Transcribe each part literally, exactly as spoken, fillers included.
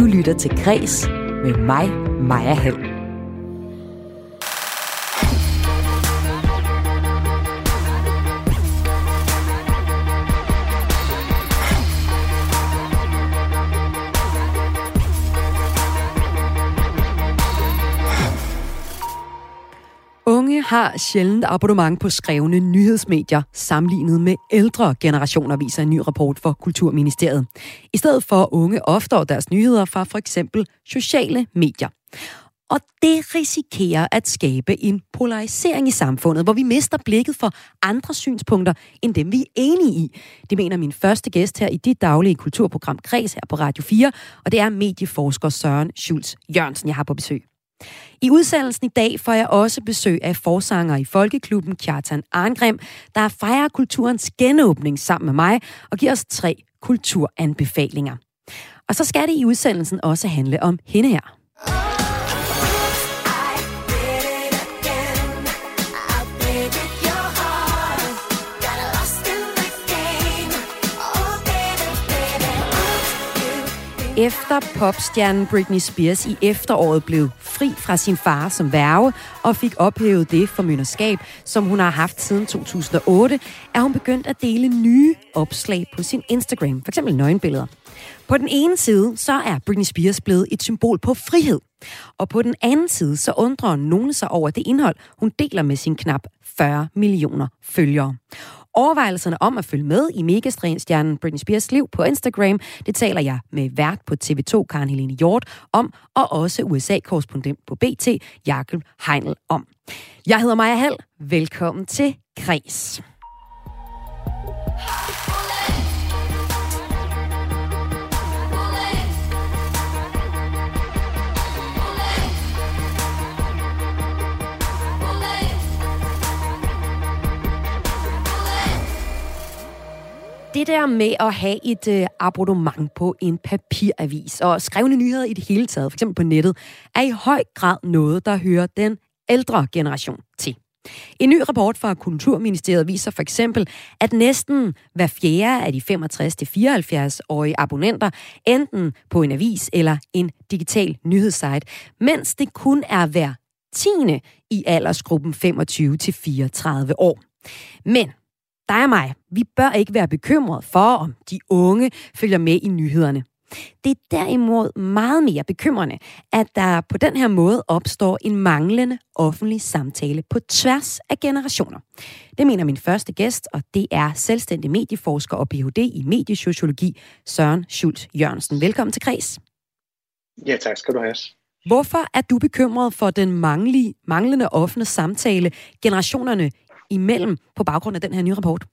Du lytter til Græs med mig, Maja Hall. Unge har sjældent abonnement på skrevne nyhedsmedier, sammenlignet med ældre generationer, viser en ny rapport for Kulturministeriet. I stedet for unge opstår deres nyheder fra for eksempel sociale medier. Og det risikerer at skabe en polarisering i samfundet, hvor vi mister blikket for andre synspunkter, end dem vi er enige i. Det mener min første gæst her i dit daglige kulturprogram Græs her på Radio fire, og det er medieforsker Søren Schultz Jørgensen, jeg har på besøg. I udsendelsen i dag får jeg også besøg af forsanger i Folkeklubben Kjartan Arngrim, der fejrer kulturens genåbning sammen med mig og giver os tre kulturanbefalinger. Og så skal det i udsendelsen også handle om hende her. Efter popstjernen Britney Spears i efteråret blev fri fra sin far som værge og fik ophævet det formynderskab, som hun har haft siden to tusind og otte, er hun begyndt at dele nye opslag på sin Instagram, f.eks. nøgenbilleder. På den ene side, så er Britney Spears blevet et symbol på frihed, og på den anden side, så undrer nogen sig over det indhold, hun deler med sin knap fyrre millioner følgere. Overvejelserne om at følge med i megastjernen Britney Spears liv på Instagram, det taler jeg med vært på T V to, Karen Helene Hjort, om, og også U S A-korrespondent på B T, Jakob Heinl, om. Jeg hedder Maja Hall. Velkommen til Græs. Det der med at have et øh, abonnement på en papiravis og skrevne nyheder i det hele taget, f.eks. på nettet, er i høj grad noget, der hører den ældre generation til. En ny rapport fra Kulturministeriet viser for eksempel, at næsten hver fjerde af de femogtres til fireoghalvfjerds-årige abonnenter enten på en avis eller en digital nyhedssite, mens det kun er hver tiende i aldersgruppen femogtyve til fireogtredive år. Men dig og mig, vi bør ikke være bekymret for, om de unge følger med i nyhederne. Det er derimod meget mere bekymrende, at der på den her måde opstår en manglende offentlig samtale på tværs af generationer. Det mener min første gæst, og det er selvstændig medieforsker og P H D i mediesociologi, Søren Schultz Jørgensen. Velkommen til Græs. Ja, tak skal du have. Hvorfor er du bekymret for den manglende, manglende offentlige samtale generationerne imellem på baggrund af den her nye rapport?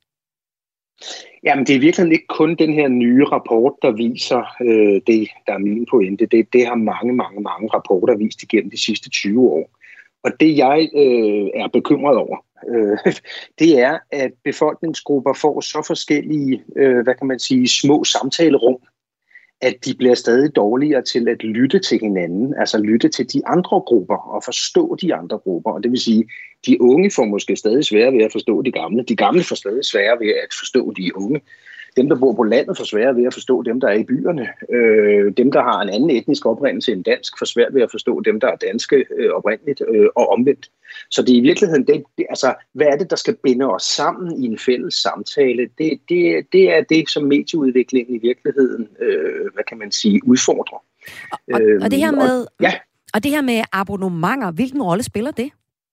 Jamen, det er virkelig ikke kun den her nye rapport, der viser øh, det, der er min pointe. Det, det har mange, mange, mange rapporter vist igennem de sidste tyve år. Og det, jeg øh, er bekymret over, øh, det er, at befolkningsgrupper får så forskellige, øh, hvad kan man sige, små samtalerum, at de bliver stadig dårligere til at lytte til hinanden, altså lytte til de andre grupper og forstå de andre grupper. Og det vil sige, de unge får måske stadig sværere ved at forstå de gamle. De gamle får stadig sværere ved at forstå de unge. Dem, der bor på landet, får sværere ved at forstå dem, der er i byerne. Øh, dem, der har en anden etnisk oprindelse end dansk, får svært ved at forstå dem, der er danske øh, oprindeligt øh, og omvendt. Så det er i virkeligheden, det, det, altså, hvad er det, der skal binde os sammen i en fælles samtale? Det, det, det er det, som medieudviklingen i virkeligheden, øh, hvad kan man sige, udfordrer. Og, og, og, det her med, og, ja. og det her med abonnementer, hvilken rolle spiller det?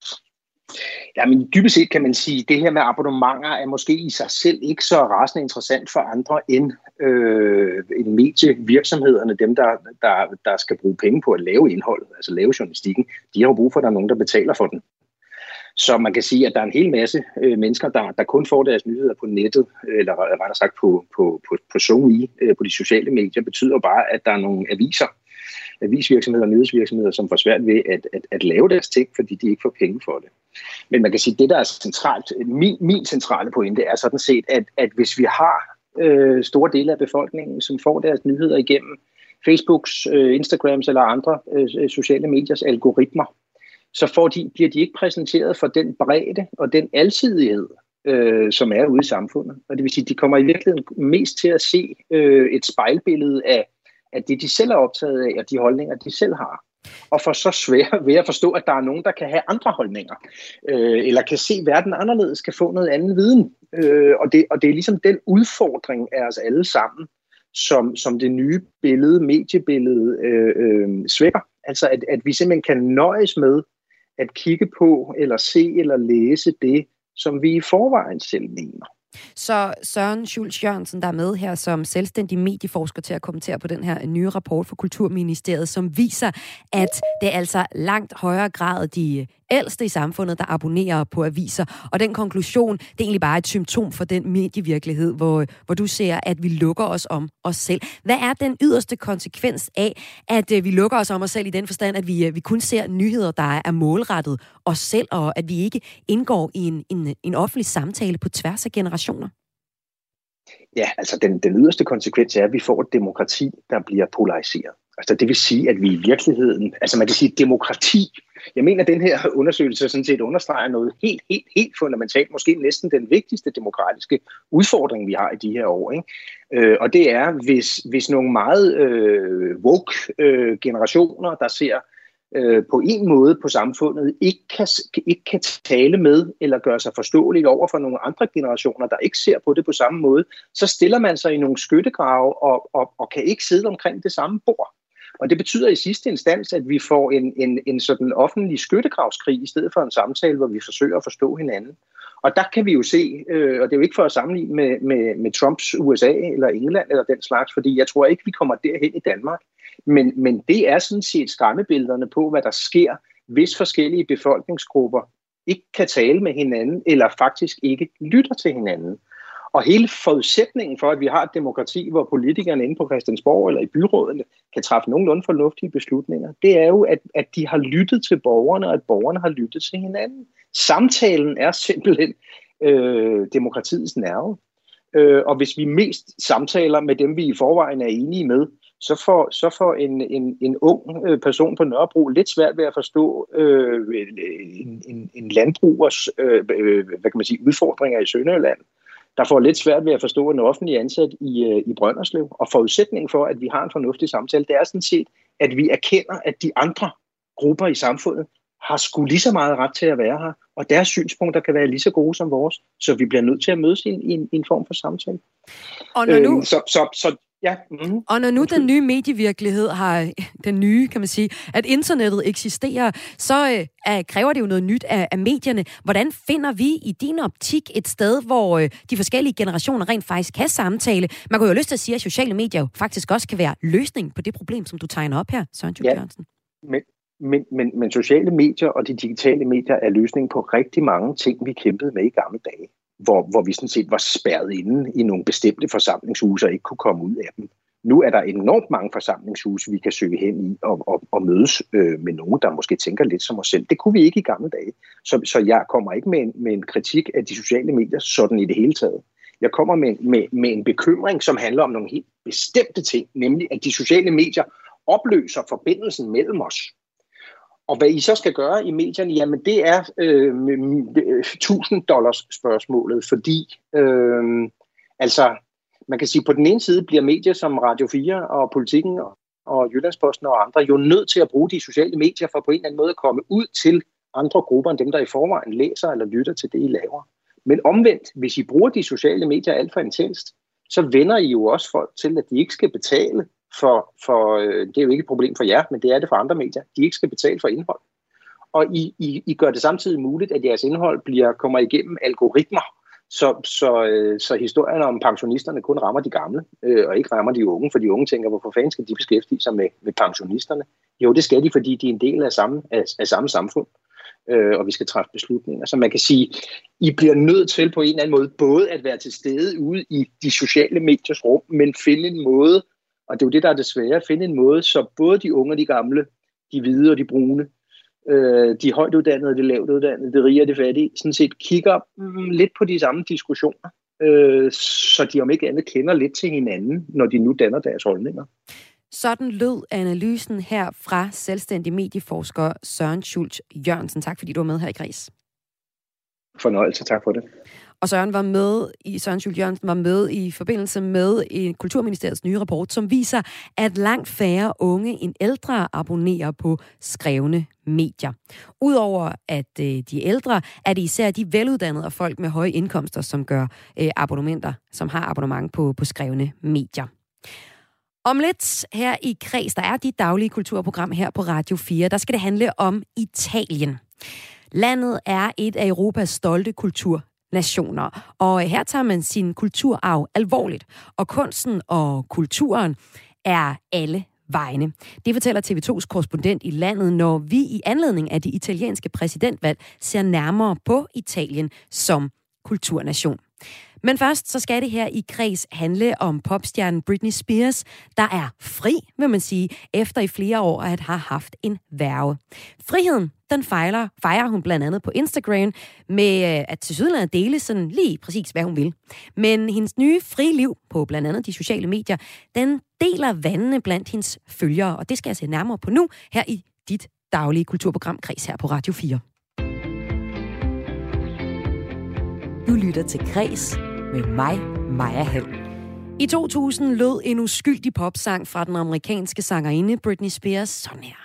Jamen, dybest set kan man sige, at det her med abonnementer er måske i sig selv ikke så rasende interessant for andre end, øh, end medievirksomhederne, dem der, der, der skal bruge penge på at lave indhold, altså lave journalistikken. De har jo brug for, at der er nogen, der betaler for den. Så man kan sige, at der er en hel masse øh, mennesker, der, der kun får deres nyheder på nettet, eller rettere sagt på, på, på, på SoMe, øh, på de sociale medier, betyder bare, at der er nogle aviser, avisvirksomheder og nyhedsvirksomheder, som får svært ved at, at, at lave deres ting, fordi de ikke får penge for det. Men man kan sige, at det, der er centralt, min, min centrale pointe, er sådan set, at, at hvis vi har øh, store dele af befolkningen, som får deres nyheder igennem Facebooks, øh, Instagrams eller andre øh, sociale mediers algoritmer, så får de, bliver de ikke præsenteret for den bredde og den alsidighed, øh, som er ude i samfundet. Og det vil sige, at de kommer i virkeligheden mest til at se øh, et spejlbillede af at det, de selv er optaget af, og de holdninger, de selv har. Og for så svært ved at forstå, at der er nogen, der kan have andre holdninger, øh, eller kan se verden anderledes, kan få noget anden viden. Øh, og, det, og det er ligesom den udfordring af os alle sammen, som, som det nye billede, mediebillede, øh, øh, svækker. Altså, at, at vi simpelthen kan nøjes med at kigge på, eller se, eller læse det, som vi i forvejen selv mener. Så Søren Schultz Jørgensen, der er med her som selvstændig medieforsker til at kommentere på den her nye rapport fra Kulturministeriet, som viser, at det er altså langt højere grad de ældste i samfundet, der abonnerer på aviser. Og den konklusion, det er egentlig bare et symptom for den medievirkelighed, hvor, hvor du ser, at vi lukker os om os selv. Hvad er den yderste konsekvens af, at vi lukker os om os selv i den forstand, at vi, vi kun ser nyheder, der er målrettet os selv, og at vi ikke indgår i en, en, en offentlig samtale på tværs af generationer? Ja, altså den, den yderste konsekvens er, at vi får et demokrati, der bliver polariseret. Altså det vil sige, at vi i virkeligheden, altså man kan sige demokrati, jeg mener, at den her undersøgelse sådan set understreger noget helt, helt, helt fundamentalt, måske næsten den vigtigste demokratiske udfordring, vi har i de her år. Ikke? Øh, og det er, hvis, hvis nogle meget øh, woke øh, generationer, der ser øh, på en måde på samfundet, ikke kan, ikke kan tale med eller gøre sig forståeligt over for nogle andre generationer, der ikke ser på det på samme måde, så stiller man sig i nogle skyttegrave og, og, og kan ikke sidde omkring det samme bord. Og det betyder i sidste instans, at vi får en, en, en sådan offentlig skyttegravskrig i stedet for en samtale, hvor vi forsøger at forstå hinanden. Og der kan vi jo se, øh, og det er jo ikke for at sammenligne med, med, med Trumps U S A eller England eller den slags, fordi jeg tror ikke, vi kommer derhen i Danmark. Men, men det er sådan set skræmmebillederne på, hvad der sker, hvis forskellige befolkningsgrupper ikke kan tale med hinanden, eller faktisk ikke lytter til hinanden. Og hele forudsætningen for, at vi har et demokrati, hvor politikerne inde på Christiansborg eller i byrådene kan træffe nogenlunde fornuftige beslutninger, det er jo, at, at de har lyttet til borgerne, og at borgerne har lyttet til hinanden. Samtalen er simpelthen øh, demokratiets nerve. Øh, og hvis vi mest samtaler med dem, vi i forvejen er enige med, så får, så får en, en, en ung person på Nørrebro lidt svært ved at forstå øh, en, en, en landbrugers øh, hvad kan man sige, udfordringer i Sønderjylland, der får lidt svært ved at forstå en offentlig ansat i, i Brønderslev. Og forudsætningen for, at vi har en fornuftig samtale, det er sådan set, at vi erkender, at de andre grupper i samfundet har sgu lige så meget ret til at være her, og deres synspunkter kan være lige så gode som vores, så vi bliver nødt til at mødes i en, i en, i en form for samtale. Og når nu... Øh, så, så, så Ja. Mm-hmm. Og når nu den nye medievirkelighed har, den nye, kan man sige, at internettet eksisterer, så øh, kræver det jo noget nyt af, af medierne. Hvordan finder vi i din optik et sted, hvor øh, de forskellige generationer rent faktisk kan samtale? Man kunne jo lyst til at sige, at sociale medier jo faktisk også kan være løsning på det problem, som du tegner op her, Søren Schultz Jørgensen. Ja. Men, men, men, men sociale medier og de digitale medier er løsning på rigtig mange ting, vi kæmpede med i gamle dage. Hvor, hvor vi sådan set var spærret inde i nogle bestemte forsamlingshuse og ikke kunne komme ud af dem. Nu er der enormt mange forsamlingshuse, vi kan søge hen i og, og, og mødes øh, med nogen, der måske tænker lidt som os selv. Det kunne vi ikke i gamle dage. Så, så jeg kommer ikke med en, med en kritik af de sociale medier sådan i det hele taget. Jeg kommer med, med, med en bekymring, som handler om nogle helt bestemte ting, nemlig at de sociale medier opløser forbindelsen mellem os. Og hvad I så skal gøre i medierne, jamen det er øh, tusind dollars spørgsmålet, fordi øh, altså man kan sige, på den ene side bliver medier som Radio fire og Politikken og Jyllandsposten og andre jo nødt til at bruge de sociale medier for på en eller anden måde at komme ud til andre grupper end dem, der i forvejen læser eller lytter til det, I laver. Men omvendt, hvis I bruger de sociale medier alt for intenst, så vender I jo også folk til, at de ikke skal betale for, for øh, det er jo ikke et problem for jer, men det er det for andre medier. De ikke skal betale for indhold. Og I, I, I gør det samtidig muligt, at jeres indhold bliver, kommer igennem algoritmer, så, så, øh, så historierne om pensionisterne kun rammer de gamle, øh, og ikke rammer de unge, for de unge tænker, hvorfor fanden skal de beskæftige sig med, med pensionisterne? Jo, det skal de, fordi de er en del af samme, af, af samme samfund, øh, og vi skal træffe beslutninger. Så man kan sige, I bliver nødt til på en eller anden måde både at være til stede ude i de sociale mediers rum, men finde en måde, og det er jo det, der er det svære, at finde en måde, så både de unge og de gamle, de hvide og de brune, øh, de højt uddannede, de lavt uddannede, de rige og de fattige, sådan set kigger mm, lidt på de samme diskussioner, øh, så de om ikke andet kender lidt til hinanden, når de nu danner deres holdninger. Sådan lød analysen her fra selvstændig medieforsker Søren Schultz Jørgensen. Tak fordi du var med her i Græs. Fornøjelse, tak for det. Og Søren var med i, Søren Juhl Jørgensen var med i forbindelse med en Kulturministeriets nye rapport, som viser, at langt færre unge end ældre abonnerer på skrevne medier. Udover at øh, de ældre, er det især de veluddannede og folk med høje indkomster, som gør øh, abonnementer, som har abonnement på, på skrevne medier. Om lidt her i Kreds, der er dit daglige kulturprogram her på Radio fire, der skal det handle om Italien. Landet er et af Europas stolte kulturnationer, og her tager man sin kulturarv alvorligt. Og kunsten og kulturen er alle vegne. Det fortæller T V to's korrespondent i landet, når vi i anledning af det italienske præsidentvalg ser nærmere på Italien som kulturnation. Men først så skal det her i Kreds handle om popstjernen Britney Spears, der er fri, vil man sige, efter i flere år at have haft en værge. Friheden, den fejler, fejrer hun blandt andet på Instagram med at tilsyneladende dele sådan lige præcis, hvad hun vil. Men hendes nye frie liv på blandt andet de sociale medier, den deler vandene blandt hendes følgere, og det skal jeg se nærmere på nu her i dit daglige kulturprogram Kreds her på Radio fire. Du lytter til Kreds med mig, Maja Hall. I to tusind lød en uskyldig popsang fra den amerikanske sangerinde Britney Spears sådan her.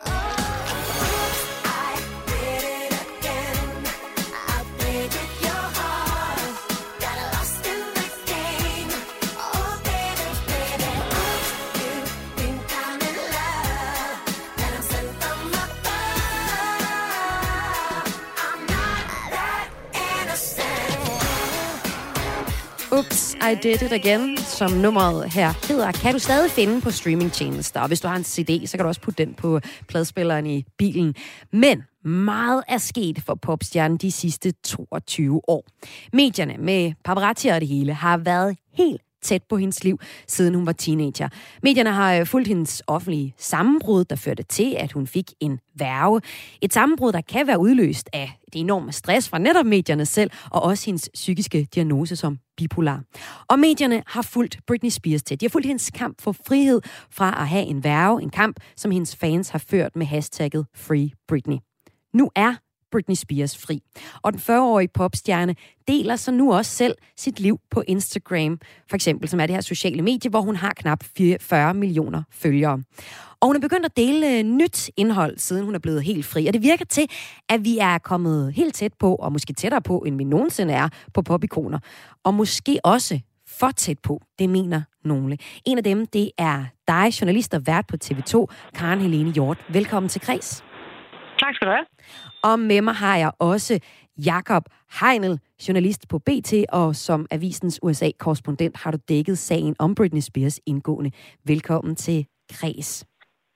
Oops, I Did It Again, som nummeret her hedder, kan du stadig finde på streamingtjenester. Og hvis du har en C D, så kan du også putte den på pladespilleren i bilen. Men meget er sket for popstjernen de sidste toogtyve år. Medierne med paparazzi og det hele har været helt tæt på hendes liv, siden hun var teenager. Medierne har fulgt hendes offentlige sammenbrud, der førte til, at hun fik en værge. Et sammenbrud, der kan være udløst af det enorme stress fra netop medierne selv, og også hendes psykiske diagnose som bipolar. Og medierne har fulgt Britney Spears til. De har fulgt hendes kamp for frihed fra at have en værge, en kamp, som hendes fans har ført med hashtagget Free Britney. Nu er Britney Spears fri. Og den fyrre-årige popstjerne deler så nu også selv sit liv på Instagram, for eksempel, som er det her sociale medie, hvor hun har knap fyrre millioner følgere. Og hun er begyndt at dele nyt indhold, siden hun er blevet helt fri. Og det virker til, at vi er kommet helt tæt på, og måske tættere på, end vi nogensinde er på popikoner. Og måske også for tæt på, det mener nogle. En af dem, det er dig, journalist og vært på T V to, Karen Helene Hjort. Velkommen til Kreds. Tak skal du have. Og med mig har jeg også Jakob Heinl, journalist på B T, og som avisens U S A-korrespondent har du dækket sagen om Britney Spears indgående. Velkommen til Kreds.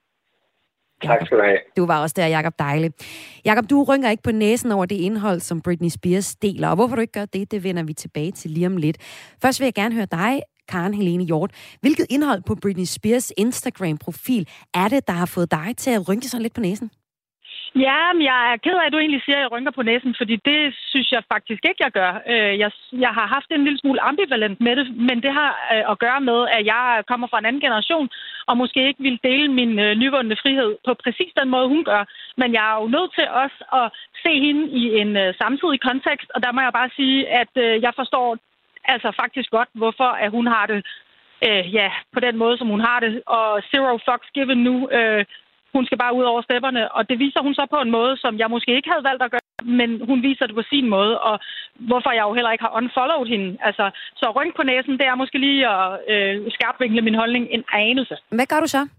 Tak skal du have. Du var også der, Jakob. Dejligt. Jakob, du rynker ikke på næsen over det indhold, som Britney Spears deler. Og hvorfor du ikke gør det, det vender vi tilbage til lige om lidt. Først vil jeg gerne høre dig, Karen Helene Hjort. Hvilket indhold på Britney Spears Instagram-profil er det, der har fået dig til at rynke sådan lidt på næsen? Ja, men jeg er ked af, at du egentlig siger, at jeg rynker på næsen, fordi det synes jeg faktisk ikke, jeg gør. Jeg, jeg har haft en lille smule ambivalent med det, men det har at gøre med, at jeg kommer fra en anden generation, og måske ikke vil dele min nyvundne frihed på præcis den måde, hun gør. Men jeg er jo nødt til også at se hende i en samtidig kontekst, og der må jeg bare sige, at jeg forstår altså faktisk godt, hvorfor at hun har det øh, ja, på den måde, som hun har det. Og zero fucks given nu. Øh, Hun skal bare ud over stepperne, og det viser hun så på en måde, som jeg måske ikke havde valgt at gøre, men hun viser det på sin måde, og hvorfor jeg jo heller ikke har unfollowed hende. Altså, så rynk på næsen, det er måske lige at øh, skarpvinkle min holdning en anelse. Hvad gør du så?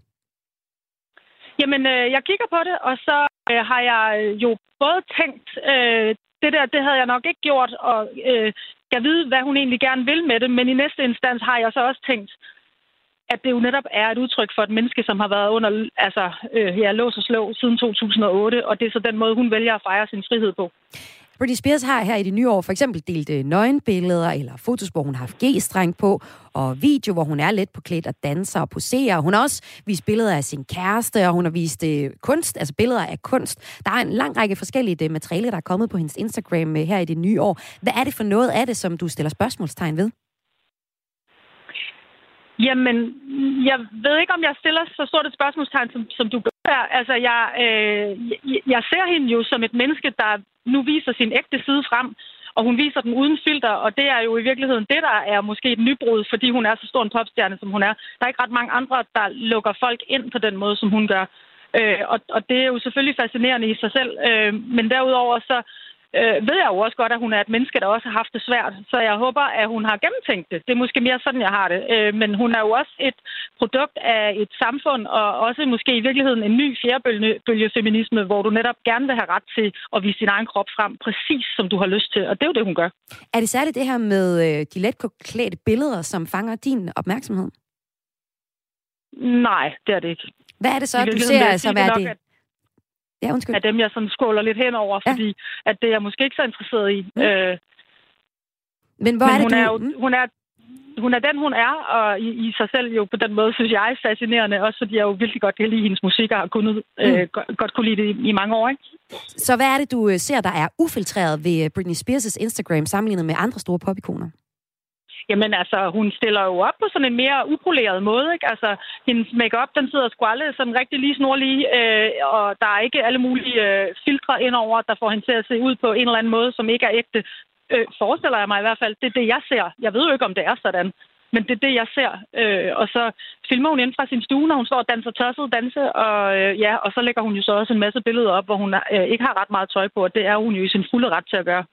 Jamen, øh, jeg kigger på det, og så øh, har jeg jo både tænkt, øh, det der, det havde jeg nok ikke gjort, og øh, jeg ved, hvad hun egentlig gerne vil med det, men i næste instans har jeg så også tænkt, at det jo netop er et udtryk for et menneske, som har været under altså, øh, ja, lås og slå siden to tusind og otte, og det er så den måde, hun vælger at fejre sin frihed på. Britney Spears har her i det nye år for eksempel delt nøgenbilleder eller fotos, hvor hun har haft G-streng på, og video, hvor hun er let på klædt og danser og poserer. Hun har også vist billeder af sin kæreste, og hun har vist øh, kunst, altså billeder af kunst. Der er en lang række forskellige materialer, der er kommet på hendes Instagram øh, her i det nye år. Hvad er det for noget af det, som du stiller spørgsmålstegn ved? Jamen, jeg ved ikke, om jeg stiller så stort et spørgsmålstegn, som, som du gør her. Altså, jeg, øh, jeg, jeg ser hende jo som et menneske, der nu viser sin ægte side frem. og hun viser den uden filter, og det er jo i virkeligheden det, der er måske et nybrud, fordi hun er så stor en popstjerne, som hun er. Der er ikke ret mange andre, der lukker folk ind på den måde, som hun gør. Øh, og, og det er jo selvfølgelig fascinerende i sig selv, øh, men derudover så øh, ved jeg jo også godt, at hun er et menneske, der også har haft det svært. Så jeg håber, at hun har gennemtænkt det. Det er måske mere sådan, jeg har det. Øh, men hun er jo også et produkt af et samfund, og også måske i virkeligheden en ny fjerdebølgefeminisme, hvor du netop gerne vil have ret til at vise din egen krop frem, præcis som du har lyst til. Og det er jo det, hun gør. Er det særligt det her med øh, de let klædte billeder, som fanger din opmærksomhed? Nej, det er det ikke. Hvad er det så, du ser, altså, hvad er det? Ja, undskyld. Af dem, jeg sådan skåler lidt henover, ja. fordi at det er jeg måske ikke så interesseret i. Mm. Øh, men hvor men er det, hun du... Er jo, hun, er, hun er den, hun er, og i, i sig selv jo på den måde, synes jeg, er fascinerende. Også fordi jeg jo virkelig godt kan lide hendes musik, og har kunnet, mm. øh, godt, godt kunne lide det i, i mange år. Ikke? Så hvad er det, du ser, der er ufiltreret ved Britney Spears' Instagram, sammenlignet med andre store popikoner? Jamen altså, hun stiller jo op på sådan en mere upoleret måde, ikke? Altså, hendes make-up, den sidder skvallet sådan rigtig lige snorlige, øh, og der er ikke alle mulige øh, filtre indover, der får hende til at se ud på en eller anden måde, som ikke er ægte. Øh, forestiller jeg mig i hvert fald. Det er det, jeg ser. Jeg ved jo ikke, om det er sådan, men det er det, jeg ser. Øh, og så filmer hun ind fra sin stue, når hun står og danser tosset danse, og øh, ja, og så lægger hun jo så også en masse billeder op, hvor hun øh, ikke har ret meget tøj på, og det er hun jo i sin fulde ret til at gøre.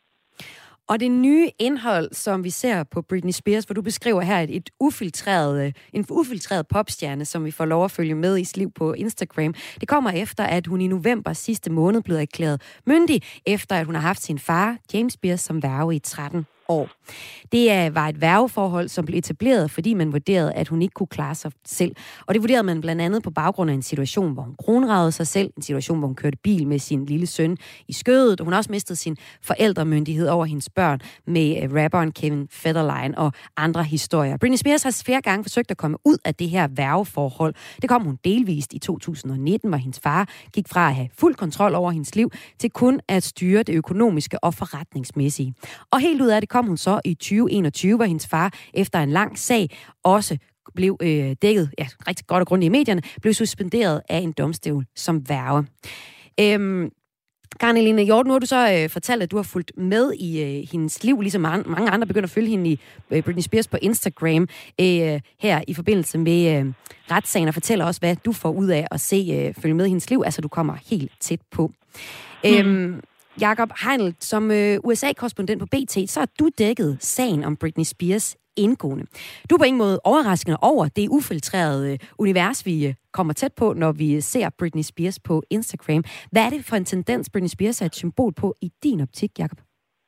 Og det nye indhold, som vi ser på Britney Spears, hvor du beskriver her et, et ufiltreret, en ufiltreret popstjerne, som vi får lov at følge med i sit liv på Instagram, det kommer efter, at hun i november sidste måned blev erklæret myndig, efter at hun har haft sin far, James Spears, som værge i tretten år. Det var et værgeforhold, som blev etableret, fordi man vurderede, at hun ikke kunne klare sig selv. Og det vurderede man blandt andet på baggrund af en situation, hvor hun kronragede sig selv, en situation, hvor hun kørte bil med sin lille søn i skødet, og hun også mistede sin forældremyndighed over hendes børn med rapperen Kevin Federline og andre historier. Britney Spears har flere gange forsøgt at komme ud af det her værgeforhold. Det kom hun delvist i to tusind og nitten, hvor hendes far gik fra at have fuld kontrol over hendes liv, til kun at styre det økonomiske og forretningsmæssige. Og helt ud af det kom hun så i tyve enogtyve, hvor hendes far efter en lang sag også blev øh, dækket ja, rigtig godt og grundigt i medierne, blev suspenderet af en domstol som værge. Øhm, Karoline Hjort, nu har du så øh, fortalt, at du har fulgt med i øh, hendes liv, ligesom mange, mange andre begynder at følge hende i øh, Britney Spears på Instagram øh, her i forbindelse med øh, retssagen, og fortæller også, hvad du får ud af at se øh, følge med i hendes liv, altså du kommer helt tæt på. Mm. Øhm, Jakob Heinl, som øh, U S A-korrespondent på B T, så har du dækket sagen om Britney Spears indgående. Du er på ingen måde overraskende over det ufiltrerede øh, univers, vi øh, kommer tæt på, når vi ser Britney Spears på Instagram. Hvad er det for en tendens, Britney Spears er et symbol på i din optik, Jakob?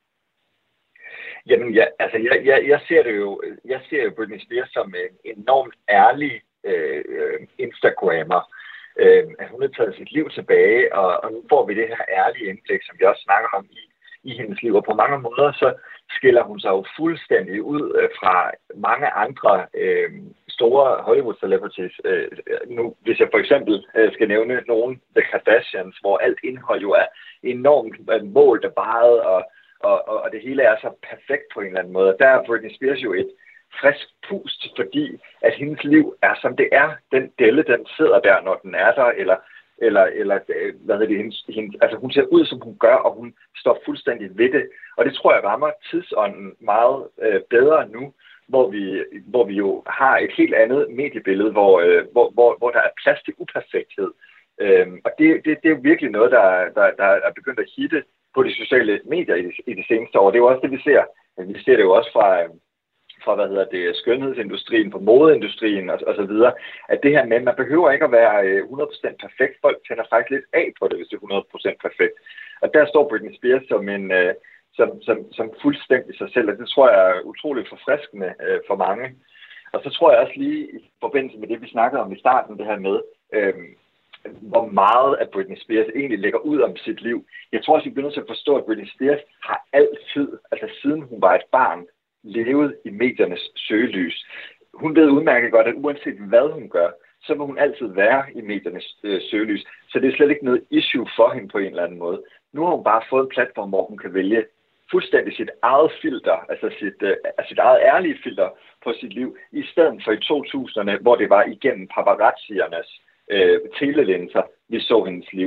Jamen, ja, altså, jeg, jeg, jeg ser det jo, jeg ser jo Britney Spears som en enormt ærlig øh, Instagrammer. Øh, at hun har taget sit liv tilbage, og, og nu får vi det her ærlige indblik, som vi også snakker om i, i hendes liv. Og på mange måder, så skiller hun sig jo fuldstændig ud øh, fra mange andre øh, store Hollywood-celebrities. Øh, nu, hvis jeg for eksempel øh, skal nævne nogen, The Kardashians, hvor alt indhold jo er enormt øh, målt og vejet, og, og, og, og det hele er så perfekt på en eller anden måde. Der er Britney Spears jo et frisk pust, fordi at hendes liv er, som det er. Den delle, den sidder der, når den er der, eller, eller, eller hvad hedder det, hendes, hendes, altså hun ser ud, som hun gør, og hun står fuldstændig ved det. Og det tror jeg rammer tidsånden meget øh, bedre nu, hvor vi, hvor vi jo har et helt andet mediebillede, hvor, øh, hvor, hvor, hvor der er plads til uperfekthed. Øhm, og det, det, det er jo virkelig noget, der, der, der er begyndt at hitte på de sociale medier i de, i de seneste år. Det er jo også det, vi ser. Vi ser det jo også fra... fra, hvad hedder det, skønhedsindustrien, fra modeindustrien og, og så videre, at det her med, man behøver ikke at være hundrede procent perfekt. Folk tænder faktisk lidt af på det, hvis det er hundrede procent perfekt. Og der står Britney Spears som en øh, som, som, som fuldstændig sig selv, og det tror jeg er utroligt forfriskende øh, for mange. Og så tror jeg også lige i forbindelse med det, vi snakkede om i starten, det her med, øh, hvor meget at Britney Spears egentlig lægger ud om sit liv. Jeg tror også, vi bliver nødt til at forstå, at Britney Spears har altid, altså siden hun var et barn, levet i mediernes søgelys. Hun ved udmærket godt, at uanset hvad hun gør, så vil hun altid være i mediernes øh, søgelys. Så det er slet ikke noget issue for hende på en eller anden måde. Nu har hun bare fået en platform, hvor hun kan vælge fuldstændig sit eget filter, altså sit, øh, sit eget ærlige filter på sit liv, i stedet for i to tusinderne, hvor det var igennem paparazziernes øh, telelinser, vi så hendes liv.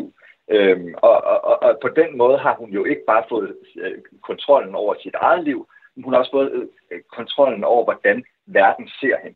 Øhm, og, og, og på den måde har hun jo ikke bare fået øh, kontrollen over sit eget liv, men hun har også fået øh, kontrollen over, hvordan verden ser hende.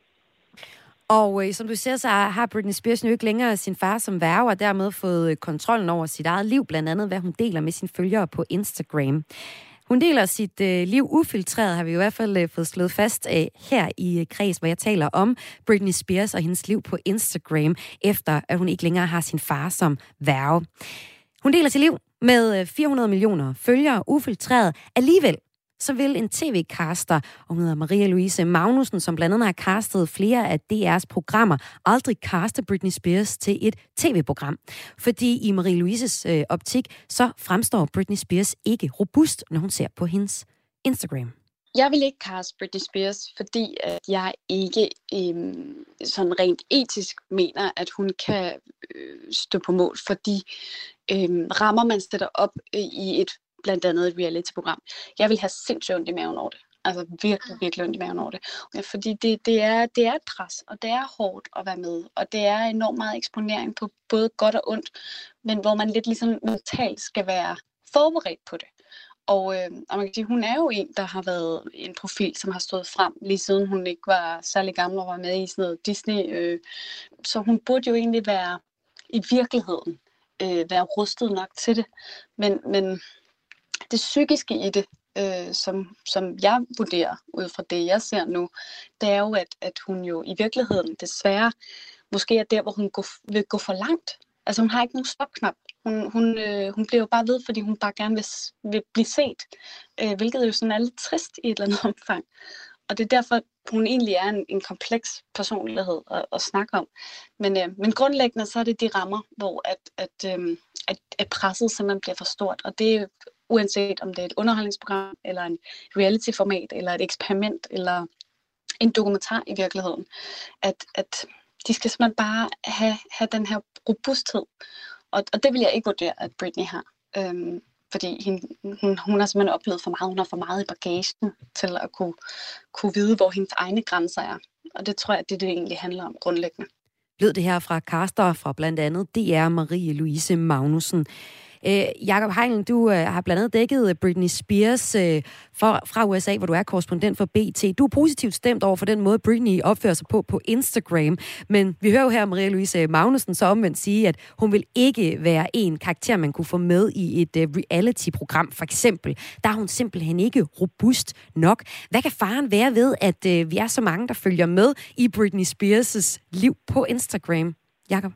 Og øh, som du siger, så har Britney Spears nu ikke længere sin far som værge, og dermed fået kontrollen over sit eget liv, blandt andet hvad hun deler med sine følgere på Instagram. Hun deler sit øh, liv ufiltreret, har vi i hvert fald øh, fået slået fast øh, her i øh, Kreds, hvor jeg taler om Britney Spears og hendes liv på Instagram, efter at hun ikke længere har sin far som værge. Hun deler sit liv med øh, fire hundrede millioner følgere ufiltreret. Alligevel så vil en tv-caster, og hun hedder Maria Louise Magnussen, som blandt andet har castet flere af D R's programmer, aldrig kaste Britney Spears til et tv-program. Fordi i Maria Louises øh, optik, så fremstår Britney Spears ikke robust, når hun ser på hendes Instagram. Jeg vil ikke kaste Britney Spears, fordi at jeg ikke øhm, sådan rent etisk mener, at hun kan øh, stå på mål for de øhm, rammer, man sætter op øh, i et blandt andet et reality-program. Jeg vil have sindssygt ondt i maven over det. Altså virkelig, virkelig ondt i maven over det. Ja, fordi det, det, er, det er et pres, og det er hårdt at være med. Og det er enormt meget eksponering på både godt og ondt, men hvor man lidt ligesom mentalt skal være forberedt på det. Og, øh, og man kan sige, hun er jo en, der har været en profil, som har stået frem, lige siden hun ikke var særlig gammel og var med i sådan noget Disney. Øh, så hun burde jo egentlig være i virkeligheden øh, være rustet nok til det. Men, men det psykiske i det, øh, som, som jeg vurderer ud fra det, jeg ser nu, det er jo, at, at hun jo i virkeligheden desværre måske er der, hvor hun går, vil gå for langt. Altså hun har ikke nogen stopknap. Hun, hun, øh, hun bliver jo bare ved, fordi hun bare gerne vil, vil blive set, øh, hvilket jo sådan er lidt trist i et eller andet omfang. Og det er derfor, hun egentlig er en, en kompleks personlighed at, at snakke om. Men, øh, men grundlæggende så er det de rammer, hvor at, at, øh, at, at presset simpelthen bliver for stort. Og det er uanset om det er et underholdningsprogram, eller en reality-format, eller et eksperiment, eller en dokumentar i virkeligheden. At, at de skal simpelthen bare have, have den her robusthed. Og, og det vil jeg ikke vurdere, at Britney har. Øhm, fordi hun, hun, hun har simpelthen oplevet for meget. Hun har for meget i bagagen til at kunne, kunne vide, hvor hendes egne grænser er. Og det tror jeg, det, det egentlig handler om grundlæggende. Lød det her fra caster fra blandt andet D R Marie Louise Magnussen. Øh, Jakob Heinlen, du øh, har blandt andet dækket Britney Spears øh, for, fra U S A, hvor du er korrespondent for B T. Du er positivt stemt over for den måde, Britney opfører sig på på Instagram. Men vi hører jo her Maria Louise Magnussen så omvendt sige, at hun vil ikke være en karakter, man kunne få med i et øh, reality-program, for eksempel. Der er hun simpelthen ikke robust nok. Hvad kan faren være ved, at øh, vi er så mange, der følger med i Britney Spears' liv på Instagram? Jakob?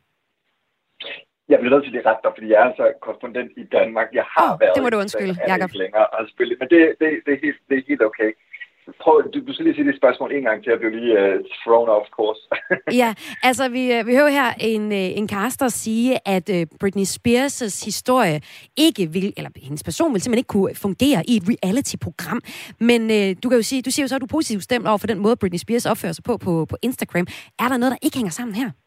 Jeg bliver nødt til at rette dig, fordi jeg er altså korrespondent i Danmark. Jeg har oh, været det må du undskylde, Jakob. Længere, altså, men det, det, det, er helt, det er helt okay. Prøv, du, du skal lige sige det spørgsmål en gang til, at blive lige uh, thrown off course. Ja, altså vi, vi hører her en, en caster sige, at uh, Britney Spears' historie ikke vil, eller hendes person vil simpelthen ikke kunne fungere i et reality-program. Men uh, du kan jo sige, du siger jo så, at du er positivt stemt over for den måde, Britney Spears opfører sig på, på på Instagram. Er der noget, der ikke hænger sammen her?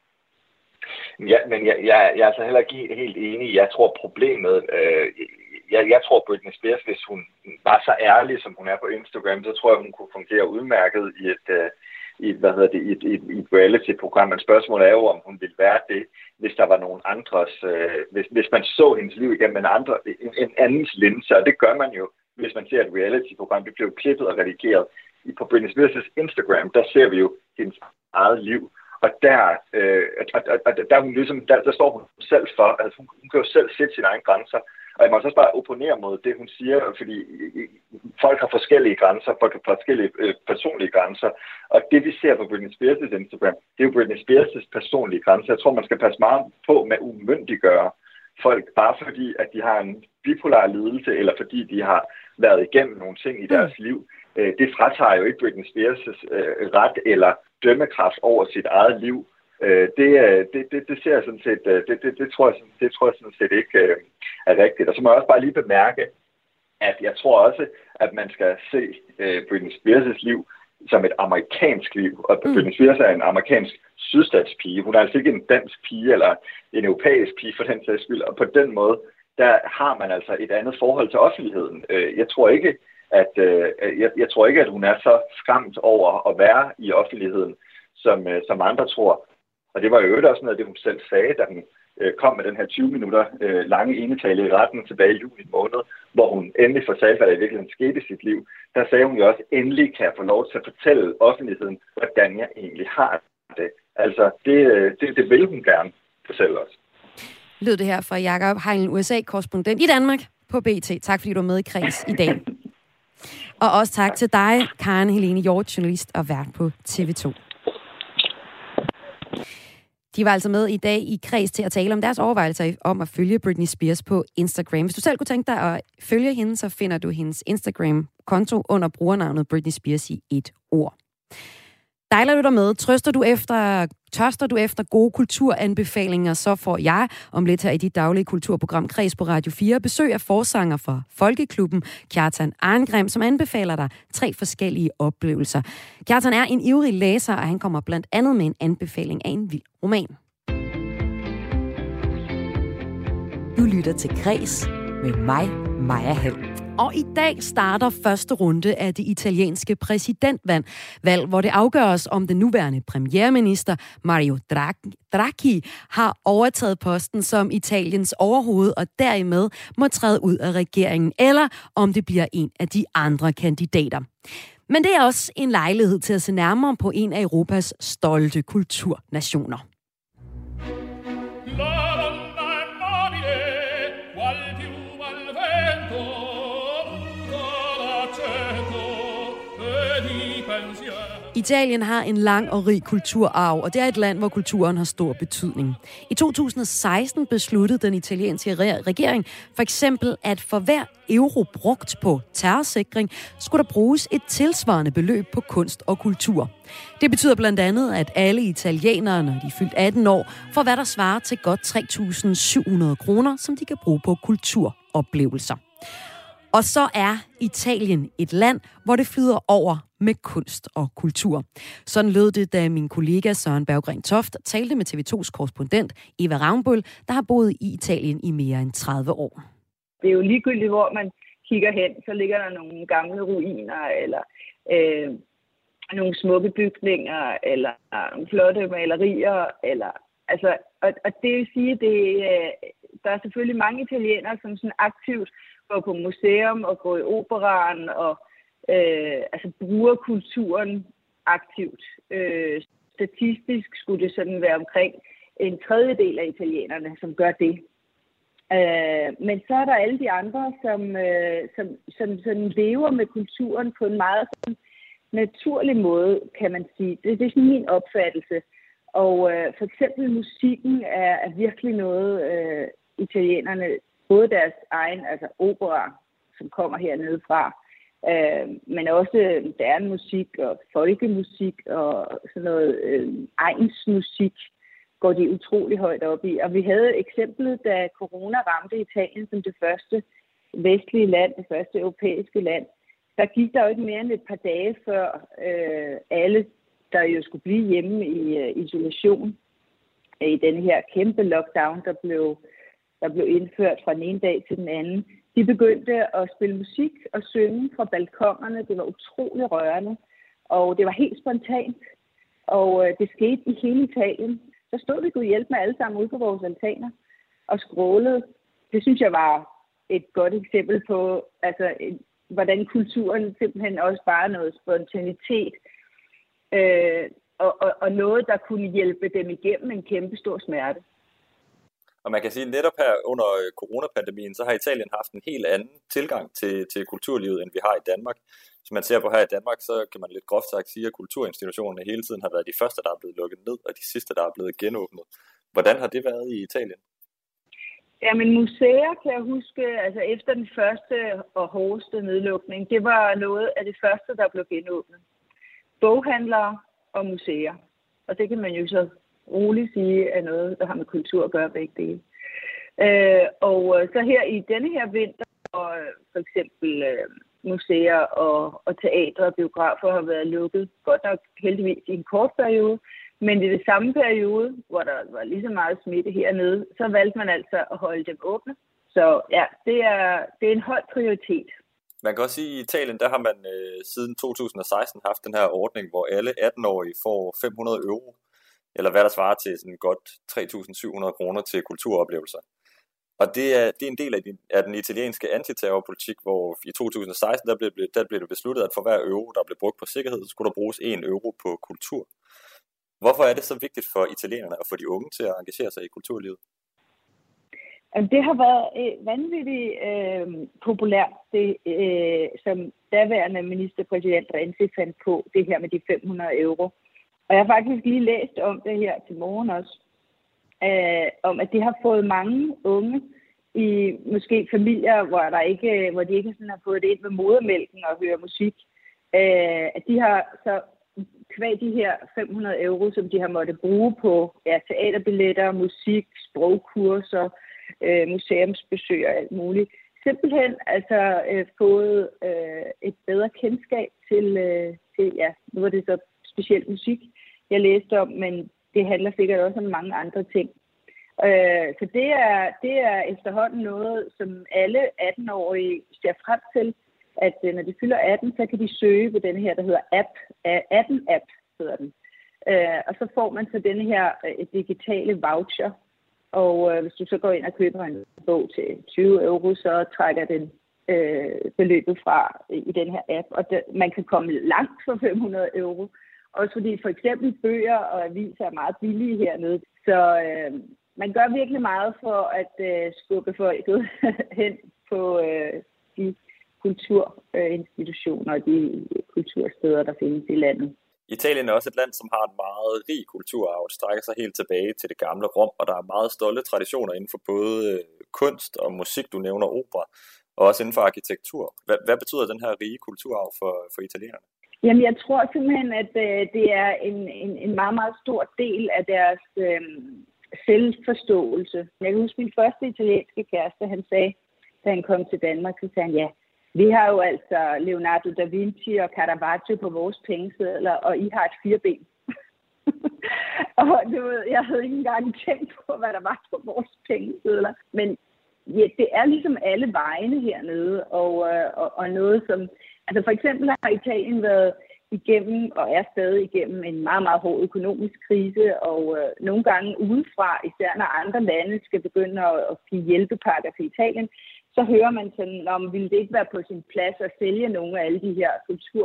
Ja, men jeg, jeg, jeg er altså heller ikke helt enig. Jeg tror problemet, øh, jeg, jeg tror Britney Spears, hvis hun var så ærlig, som hun er på Instagram, så tror jeg, hun kunne fungere udmærket i et, øh, i et, hvad hedder det, i et, i et, i et reality-program. Men spørgsmålet er jo, om hun ville være det, hvis der var nogen andres, øh, hvis, hvis man så hendes liv igennem en, andre, en, en andens linse, og det gør man jo, hvis man ser et reality-program. Det bliver klippet og redigeret. På Britney Spears' Instagram, der ser vi jo hendes eget liv. Og der, øh, og, og, og, der, hun ligesom, der, der står hun selv for, altså hun, hun kan jo selv sætte sine egne grænser. Og jeg må også bare opponere mod det, hun siger, fordi folk har forskellige grænser, folk har forskellige øh, personlige grænser. Og det, vi ser på Britney Spears' Instagram, det er jo Britney Spears' personlige grænser. Jeg tror, man skal passe meget på med at umyndiggøre folk, bare fordi, at de har en bipolar lidelse, eller fordi de har været igennem nogle ting i deres mm. liv. Det fratager jo ikke Britney Spears' øh, ret eller dømmekraft over sit eget liv. Øh, det, det, det, det ser jeg sådan set, det, det, det, tror jeg, det tror jeg sådan set ikke øh, er rigtigt. Og så må jeg også bare lige bemærke, at jeg tror også, at man skal se øh, Britney Spears' liv som et amerikansk liv. Og mm. Britney Spears er en amerikansk sydstatspige. Hun er altså ikke en dansk pige eller en europæisk pige for den sags skyld. Og på den måde, der har man altså et andet forhold til offentligheden. Øh, jeg tror ikke, at øh, jeg, jeg tror ikke, at hun er så skræmt over at være i offentligheden, som, øh, som andre tror. Og det var jo også noget af det, hun selv sagde, da hun øh, kom med den her tyve minutter øh, lange enetale i retten tilbage i juli måned, hvor hun endelig fortalte, hvad der i virkeligheden skete i sit liv, der sagde hun jo også, endelig kan jeg få lov til at fortælle offentligheden, hvordan jeg egentlig har det. Altså, det, det, det vil hun gerne fortælle os. Lød det her fra Jakob Hejlen, U S A-korrespondent i Danmark på B T. Tak fordi du var med i Kreds i dag. Og også tak til dig, Karen Helene Hjort, journalist og vært på T V to. De var altså med i dag i Kreds til at tale om deres overvejelser om at følge Britney Spears på Instagram. Hvis du selv kunne tænke dig at følge hende, så finder du hendes Instagram-konto under brugernavnet Britney Spears i et ord. Dejler du dig med? Trøster du efter, tørster du efter gode kulturanbefalinger, så får jeg om lidt her i dit daglige kulturprogram Kreds på Radio fire besøg af forsanger fra Folkeklubben, Kjartan Arngrim, som anbefaler dig tre forskellige oplevelser. Kjartan er en ivrig læser, og han kommer blandt andet med en anbefaling af en vild roman. Du lytter til Kreds med mig, Maja Hall. Og i dag starter første runde af det italienske præsidentvalg, valg, hvor det afgøres, om den nuværende premierminister Mario Draghi har overtaget posten som Italiens overhoved og dermed må træde ud af regeringen, eller om det bliver en af de andre kandidater. Men det er også en lejlighed til at se nærmere på en af Europas stolte kulturnationer. Italien har en lang og rig kulturarv, og det er et land, hvor kulturen har stor betydning. I to tusind og seksten besluttede den italienske regering for eksempel, at for hver euro brugt på terrorsikring, skulle der bruges et tilsvarende beløb på kunst og kultur. Det betyder blandt andet, at alle italienere, når de er fyldt atten år, får hvad der svarer til godt tre tusind syv hundrede kroner, som de kan bruge på kulturoplevelser. Og så er Italien et land, hvor det flyder over med kunst og kultur. Sådan lød det, da min kollega Søren Berggren Toft talte med T V tos korrespondent Eva Ravnbøl, der har boet i Italien i mere end tredive år. Det er jo ligegyldigt, hvor man kigger hen, så ligger der nogle gamle ruiner, eller øh, nogle smukke bygninger, eller øh, flotte malerier, eller altså, og, og det vil sige, det øh, der er selvfølgelig mange italienere, som sådan aktivt går på museum og går i operaen og øh, altså bruger kulturen aktivt. Øh, statistisk skulle det sådan være omkring en tredjedel af italienerne, som gør det. Øh, men så er der alle de andre, som, øh, som, som, som lever med kulturen på en meget sådan naturlig måde, kan man sige. Det, det er sådan min opfattelse. Og øh, for eksempel musikken er, er virkelig noget, øh, italienerne, både deres egen, altså opera, som kommer hernede fra, øh, men også moderne musik og folkemusik og sådan noget øh, egnsmusik, går de utrolig højt op i. Og vi havde eksemplet, da corona ramte Italien som det første vestlige land, det første europæiske land. Der gik der jo ikke mere end et par dage før øh, alle, der jo skulle blive hjemme i uh, isolation, i denne her kæmpe lockdown, der blev, der blev indført fra den ene dag til den anden. De begyndte at spille musik og synge fra balkonerne. Det var utrolig rørende, og det var helt spontant. Og uh, det skete i hele Italien. Så stod vi kunne hjælpe med alle sammen ude på vores altaner og skrålede. Det synes jeg var et godt eksempel på, altså, hvordan kulturen simpelthen også bare noget spontanitet, Øh, og, og, og noget, der kunne hjælpe dem igennem en kæmpe stor smerte. Og man kan sige, at netop her under coronapandemien, så har Italien haft en helt anden tilgang til, til kulturlivet, end vi har i Danmark. Hvis man ser på her i Danmark, så kan man lidt groft sagt sige, at kulturinstitutionerne hele tiden har været de første, der er blevet lukket ned, og de sidste, der er blevet genåbnet. Hvordan har det været i Italien? Jamen museer, kan jeg huske, altså efter den første og hårdeste nedlukning, det var noget af det første, der blev genåbnet. Boghandlere og museer. Og det kan man jo så roligt sige er noget, der har med kultur at gøre begge dele. Øh, og så her i denne her vinter, og for eksempel øh, museer og, og teatre og biografer har været lukket, godt nok heldigvis i en kort periode, men i det samme periode, hvor der var lige så meget smitte hernede, så valgte man altså at holde dem åbne. Så ja, det er, det er en høj prioritet. Man kan også sige, at i Italien, der har man øh, siden to tusind og seksten haft den her ordning, hvor alle atten-årige får fem hundrede euro eller hvad der svarer til sådan godt tre tusind syv hundrede kroner til kulturoplevelser. Og det er, det er en del af, de, af den italienske antiterrorpolitik, hvor i to tusind og seksten der blev, der blev det besluttet, at for hver euro, der blev brugt på sikkerhed, så skulle der bruges en euro på kultur. Hvorfor er det så vigtigt for italienerne og for de unge til at engagere sig i kulturlivet? Det har været vanvittigt øh, populært, det, øh, som daværende ministerpræsident Renzi fandt på, det her med de fem hundrede euro. Og jeg har faktisk lige læst om det her til morgen også, øh, om at det har fået mange unge i måske familier, hvor, der ikke, hvor de ikke sådan har fået det ind med modermælken og høre musik, øh, at de har så kvæg de her fem hundrede euro, som de har måttet bruge på ja, teaterbilletter, musik, sprogkurser, øh, museumsbesøg og alt muligt. Simpelthen altså øh, fået øh, et bedre kendskab til, øh, til, ja, nu var det så specielt musik, jeg læste om, men det handler sikkert også om mange andre ting. Øh, så det er, det er efterhånden noget, som alle atten-årige ser frem til, at når de fylder atten, så kan de søge på denne her, der hedder app, atten-app hedder den. Øh, og så får man så denne her øh, digitale voucher, og øh, hvis du så går ind og køber en bog til tyve euro, så trækker den øh, beløbet fra øh, i den her app, og det, man kan komme langt for fem hundrede euro. Også fordi for eksempel bøger og aviser er meget billige hernede, så øh, man gør virkelig meget for at øh, skubbe folket hen på øh, de kulturinstitutioner og de kultursteder, der findes i landet. Italien er også et land, som har en meget rig kulturarv. Det strækker sig helt tilbage til det gamle Rom, og der er meget stolte traditioner inden for både kunst og musik, du nævner opera, og også inden for arkitektur. Hvad, hvad betyder den her rige kulturarv for, for italienerne? Jamen, jeg tror simpelthen, at øh, det er en, en, en meget, meget stor del af deres øh, selvforståelse. Jeg kan huske min første italienske kæreste, han sagde, da han kom til Danmark, så sagde han, ja, vi har jo altså Leonardo da Vinci og Caravaggio på vores pengesedler, og I har et fireben. Og du ved, jeg havde ikke engang tænkt på, hvad der var på vores pengesedler. Men ja, det er ligesom alle vejene hernede, og, og, og noget som... Altså for eksempel har Italien været igennem, og er stadig igennem, en meget, meget hård økonomisk krise, og øh, nogle gange udefra, især når andre lande skal begynde at, at give hjælpepakker til Italien, så hører man sådan, om ville det ikke være på sin plads at sælge nogle af alle de her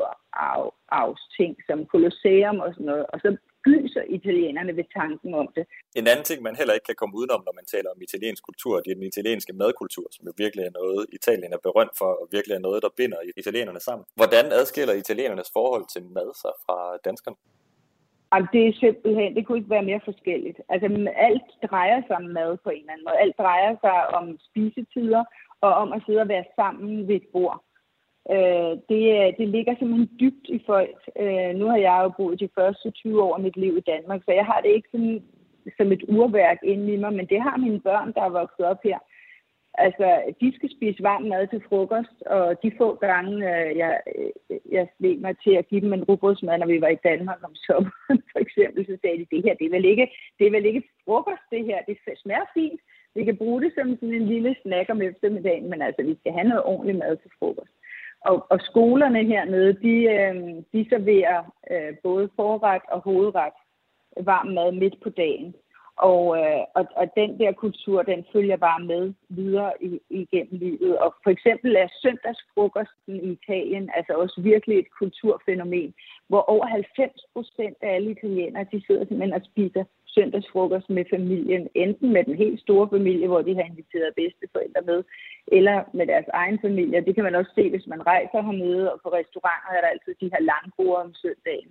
kulturarvsting, som Colosseum og sådan noget, og så gyser italienerne ved tanken om det. En anden ting, man heller ikke kan komme udenom, når man taler om italiensk kultur, det er den italienske madkultur, som jo virkelig er noget, Italien er berømt for, og virkelig er noget, der binder italienerne sammen. Hvordan adskiller italienernes forhold til mad sig fra danskerne? Jamen, det er simpelthen, det kunne ikke være mere forskelligt. Altså, alt drejer sig om mad på en eller anden måde. Alt drejer sig om spisetider, og om at sidde og være sammen ved et bord. Øh, det, det ligger simpelthen dybt i folk. Øh, nu har jeg jo boet de første tyve år af mit liv i Danmark, så jeg har det ikke sådan, som et urværk inde i mig, men det har mine børn, der er vokset op her. Altså, de skal spise varm mad til frokost, og de få gange, øh, jeg, jeg slæg mig til at give dem en rugbrødsmad, når vi var i Danmark om sommeren, for eksempel, så sagde de, det her, det er vel ikke, det er vel ikke frokost, det her, det smager fint. Vi kan bruge det som sådan en lille snack om eftermiddagen, men altså, vi skal have noget ordentligt mad til frokost. Og, og skolerne hernede, de, øh, de serverer øh, både forret og hovedret varm mad midt på dagen. Og, øh, og, og den der kultur, den følger bare med videre i, igennem livet. Og for eksempel er søndagsfrokosten i Italien altså også virkelig et kulturfænomen, hvor over halvfems procent af alle italienere, de sidder simpelthen og spiser søndagsfrokost med familien, enten med den helt store familie, hvor de har inviteret bedsteforældre med, eller med deres egen familie. Det kan man også se, hvis man rejser hernede, og på restauranter er der altid de her langbord om søndagen,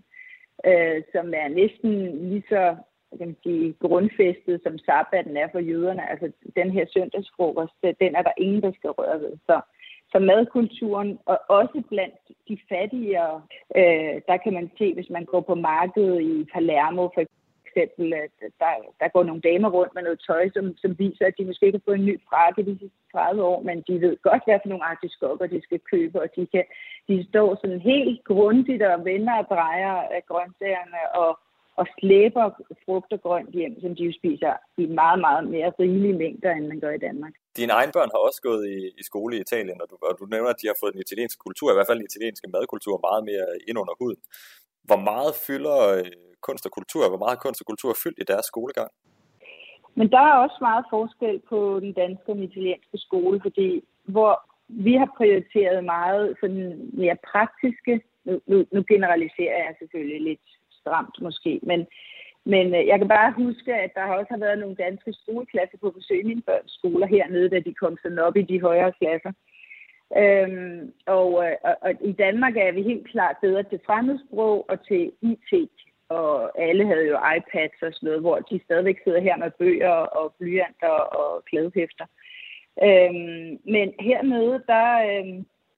øh, som er næsten lige så kan man sige, grundfæstet, som sabbaten er for jøderne. Altså den her søndagsfrokost, den er der ingen, der skal røre ved. Så, så madkulturen, og også blandt de fattigere, øh, der kan man se, hvis man går på markedet i Palermo for eksempel, at der, der går nogle damer rundt med noget tøj, som, som viser, at de måske ikke har fået en ny frakke de sidste tredive år, men de ved godt, hvad for nogle artiskokker de skal købe, og de, kan, de står sådan helt grundigt og vender og drejer af grøntsagerne, og og slæber frugt og grønt hjem, som de jo spiser i meget, meget mere rigelige mængder, end man gør i Danmark. Dine egne børn har også gået i, i skole i Italien, og du, og du nævner, at de har fået den italienske kultur, i hvert fald den italienske madkultur, meget mere ind under huden. Hvor meget fylder øh, kunst og kultur? Hvor meget kunst og kultur er fyldt i deres skolegang? Men der er også meget forskel på den danske og den italienske skole, fordi hvor vi har prioriteret meget sådan mere praktiske, nu, nu, nu generaliserer jeg selvfølgelig lidt stramt måske, men, men jeg kan bare huske, at der også har været nogle danske skoleklasser på besøg i mine børns skoler hernede, da de kom sådan op i de højere klasser. Øhm, og, og, og i Danmark er vi helt klart bedre til fremmedsprog og til I T, og alle havde jo iPads og sådan noget, hvor de stadigvæk sidder her med bøger og blyanter og klædehæfter. Øhm, men hernede, der, øhm,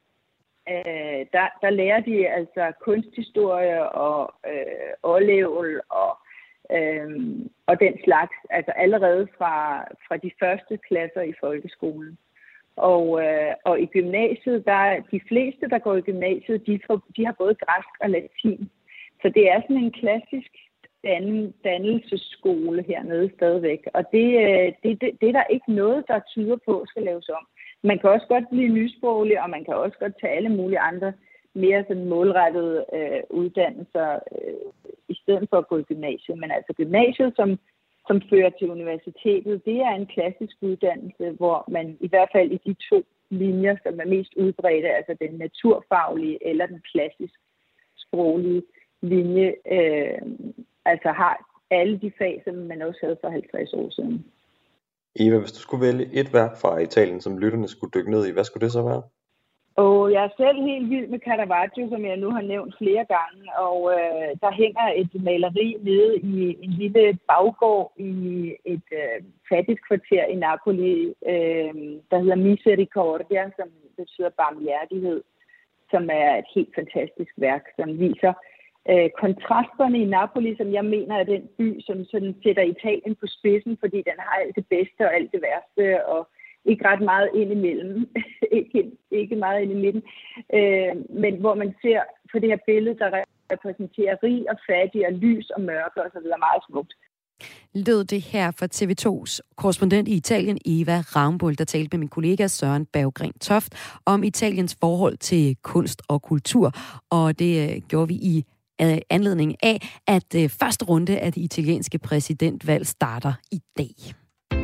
øh, der, der lærer de altså kunsthistorie og øh, overlevel og, øhm, og den slags, altså allerede fra, fra de første klasser i folkeskolen. Og, øh, og i gymnasiet, der de fleste, der går i gymnasiet, de, får, de har både græsk og latin. Så det er sådan en klassisk dan- dannelsesskole hernede stadigvæk. Og det, det, det, det er der ikke noget, der tyder på, skal laves om. Man kan også godt blive nysproglig, og man kan også godt tage alle mulige andre mere sådan målrettede øh, uddannelser øh, i stedet for at gå i gymnasiet. Men altså gymnasiet, som, som fører til universitetet, det er en klassisk uddannelse, hvor man i hvert fald i de to linjer, som er mest udbredte, altså den naturfaglige eller den klassisk sproglige linje, øh, altså har alle de fag, som man også havde for halvtreds år siden. Eva, hvis du skulle vælge et værk fra Italien, som lytterne skulle dykke ned i, hvad skulle det så være? Og jeg er selv helt vild med Caravaggio, som jeg nu har nævnt flere gange, og øh, der hænger et maleri nede i en lille baggård i et øh, fattigt kvarter i Napoli, øh, der hedder Misericordia, som betyder barmhjertighed, som er et helt fantastisk værk, som viser øh, kontrasterne i Napoli, som jeg mener er den by, som sådan sætter Italien på spidsen, fordi den har alt det bedste og alt det værste, og ikke ret meget ind imellem, ikke, ikke meget ind i midten, øh, men hvor man ser på det her billede, der repræsenterer rig og fattig og lys og mørke og så videre, meget smukt. Lød det her fra T V to's korrespondent i Italien, Eva Ravnbøl, der talte med min kollega Søren Berggren Toft om Italiens forhold til kunst og kultur, og det øh, gjorde vi i øh, anledning af, at øh, første runde af det italienske præsidentvalg starter i dag.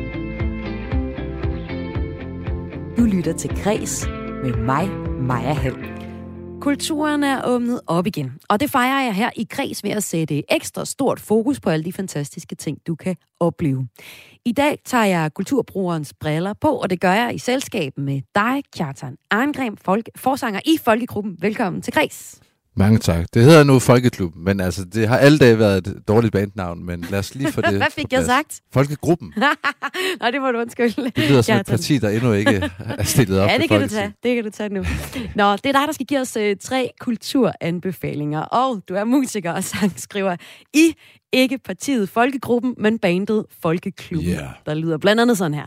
Du lytter til Græs med mig, Maja Hall. Kulturen er åbnet op igen, og det fejrer jeg her i Græs ved at sætte ekstra stort fokus på alle de fantastiske ting, du kan opleve. I dag tager jeg kulturbrugerens briller på, og det gør jeg i selskab med dig, Kjartan Arngrim, folke, forsanger i Folkeklubben. Velkommen til Græs. Mange tak. Det hedder nu Folkeklubben, men altså, det har alle dage været et dårligt bandnavn, men lad os lige få det. Hvad fik jeg sagt? Folkegruppen. Nej, det må du undskylde. Det lyder som et parti, der endnu ikke er stillet op. Ja, det kan du tage. Det kan du tage nu. Nå, det er dig, der skal give os uh, tre kulturanbefalinger, og du er musiker og sangskriver i ikke partiet Folkegruppen, men bandet Folkeklubben, yeah. Der lyder blandt andet sådan her.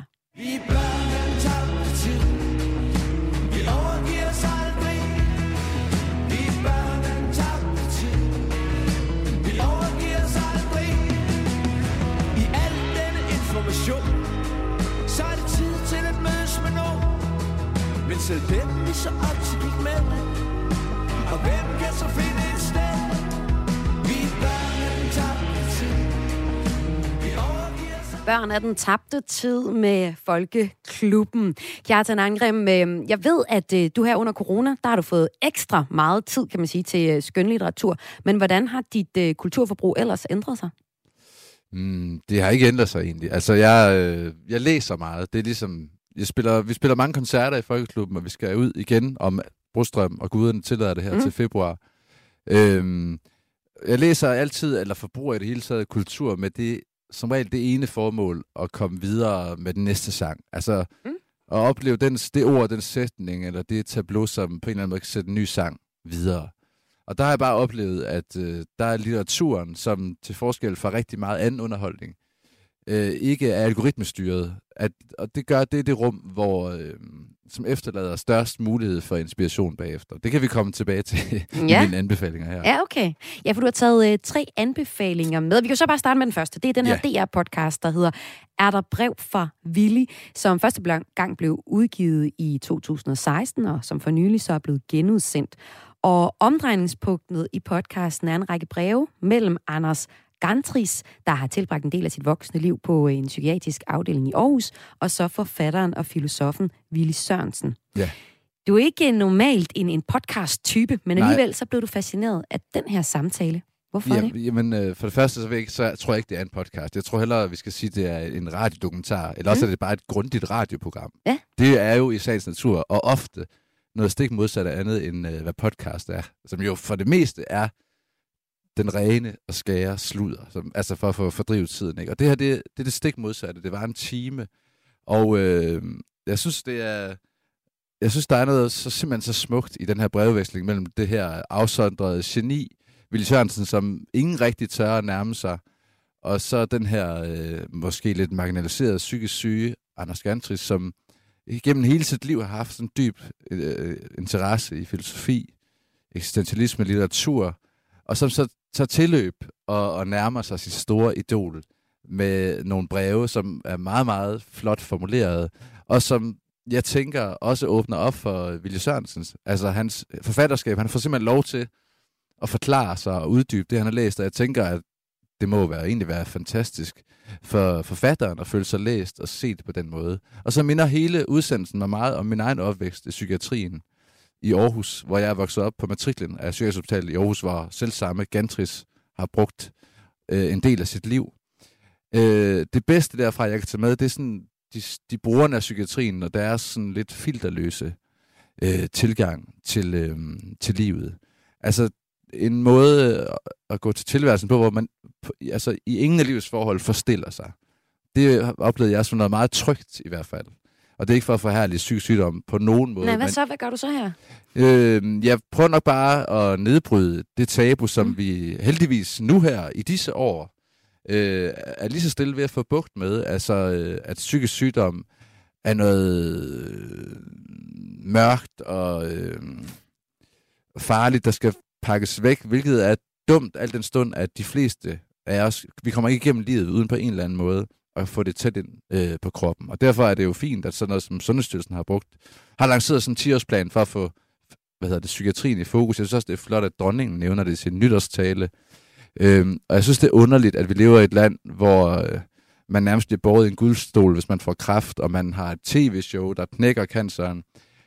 Så er det tid til at mødes med nogen. Men selv dem vi så op til gik med. Og hvem kan så finde et sted? Vi er børn af den tabte tid. Vi overgiver sig. Børn af den tabte tid med Folkeklubben. Kjartan Arngrim, jeg ved, at du her under corona, der har du fået ekstra meget tid, kan man sige, til skønlitteratur. Men hvordan har dit kulturforbrug ellers ændret sig? Mm, det har ikke ændret sig egentlig. Altså, jeg, øh, jeg læser meget. Det er ligesom, jeg spiller, vi spiller mange koncerter i Folkeklubben, og vi skal ud igen om Brostrøm, og guderne tillader det her mm. til februar. Øhm, jeg læser altid, eller forbruger i det hele taget, kultur med det, som regel det ene formål, at komme videre med den næste sang. Altså, mm. at opleve den, det ord, den sætning, eller det tableau, som på en eller anden måde kan sætte en ny sang videre. Og der har jeg bare oplevet, at øh, der er litteraturen, som til forskel fra rigtig meget anden underholdning, øh, ikke er algoritmestyret. At, og det gør det det rum, hvor, øh, som efterlader størst mulighed for inspiration bagefter. Det kan vi komme tilbage til ja. i mine anbefalinger her. Ja, okay. Ja, for du har taget øh, tre anbefalinger med. Vi kan så bare starte med den første. Det er den her ja. D R-podcast, der hedder Er der brev fra Willy, som første gang blev udgivet i to tusind og seksten, og som for nylig så er blevet genudsendt. Og omdrejningspunktet i podcasten er en række breve mellem Anders Gantris, der har tilbragt en del af sit voksne liv på en psykiatrisk afdeling i Aarhus, og så forfatteren og filosofen Villy Sørensen. Ja. Du er ikke normalt en, en podcast-type, men Nej. alligevel så blev du fascineret af den her samtale. Hvorfor Jamen, det? Jamen, øh, for det første, så, vil jeg ikke, så tror jeg ikke, det er en podcast. Jeg tror hellere, at vi skal sige, at det er en radiodokumentar, eller også mm. er det bare et grundigt radioprogram. Ja. Det er jo i sagens natur, og ofte noget stik modsat af andet, end øh, hvad podcast er. Som jo for det meste er den rene og skære sludder, som, altså for at få fordrivet tiden. Ikke? Og det her, det, det er det stik modsatte. Det var en time. Og øh, jeg synes, det er... Jeg synes, der er noget så simpelthen så smukt i den her brevveksling mellem det her afsondrede geni, Villy Sørensen, som ingen rigtig tør at nærme sig, og så den her øh, måske lidt marginaliserede psykisk syge Anders Gantris, som igennem hele sit liv har haft sådan en dyb øh, interesse i filosofi, eksistentialisme, litteratur, og som så tager tilløb og, og nærmer sig sit store idol med nogle breve, som er meget, meget flot formuleret, og som jeg tænker også åbner op for Villy Sørensens, altså hans forfatterskab. Han får simpelthen lov til at forklare sig og uddybe det, han har læst, og jeg tænker, at det må være, egentlig være fantastisk for forfatteren at føle sig læst og set på den måde. Og så minder hele udsendelsen mig meget om min egen opvækst i psykiatrien i Aarhus, hvor jeg er vokset op på matriklen af Psykiatrisk Hospital i Aarhus, hvor selv samme Gantris har brugt øh, en del af sit liv. Øh, det bedste derfra, jeg kan tage med, det er sådan de, de brugerne af psykiatrien og deres sådan lidt filterløse øh, tilgang til, øh, til livet. Altså en måde at gå til tilværelsen på, hvor man altså, i ingen af livets forhold forstiller sig. Det oplevede jeg som noget meget trygt i hvert fald. Og det er ikke for at forhærlige psykisk sygdom på nogen måde. Nej, hvad men, så? Hvad gør du så her? Øh, jeg prøver nok bare at nedbryde det tabu, som mm. vi heldigvis nu her i disse år øh, er lige så stille ved at få bugt med. Altså, øh, at psykisk sygdom er noget øh, mørkt og øh, farligt, der skal pakkes væk, hvilket er dumt al den stund, at de fleste af os, vi kommer ikke igennem livet uden på en eller anden måde at få det tæt ind øh, på kroppen. Og derfor er det jo fint, at sådan noget som Sundhedsstyrelsen har brugt, har lanceret sådan en ti-årsplan for at få, hvad hedder det, psykiatrien i fokus. Jeg synes også, det er flot, at dronningen nævner det i sin nytårstale. Øhm, og jeg synes, det er underligt, at vi lever i et land, hvor øh, man nærmest bliver båret i en guldstol, hvis man får kræft, og man har et tv-show, der knækker canceren,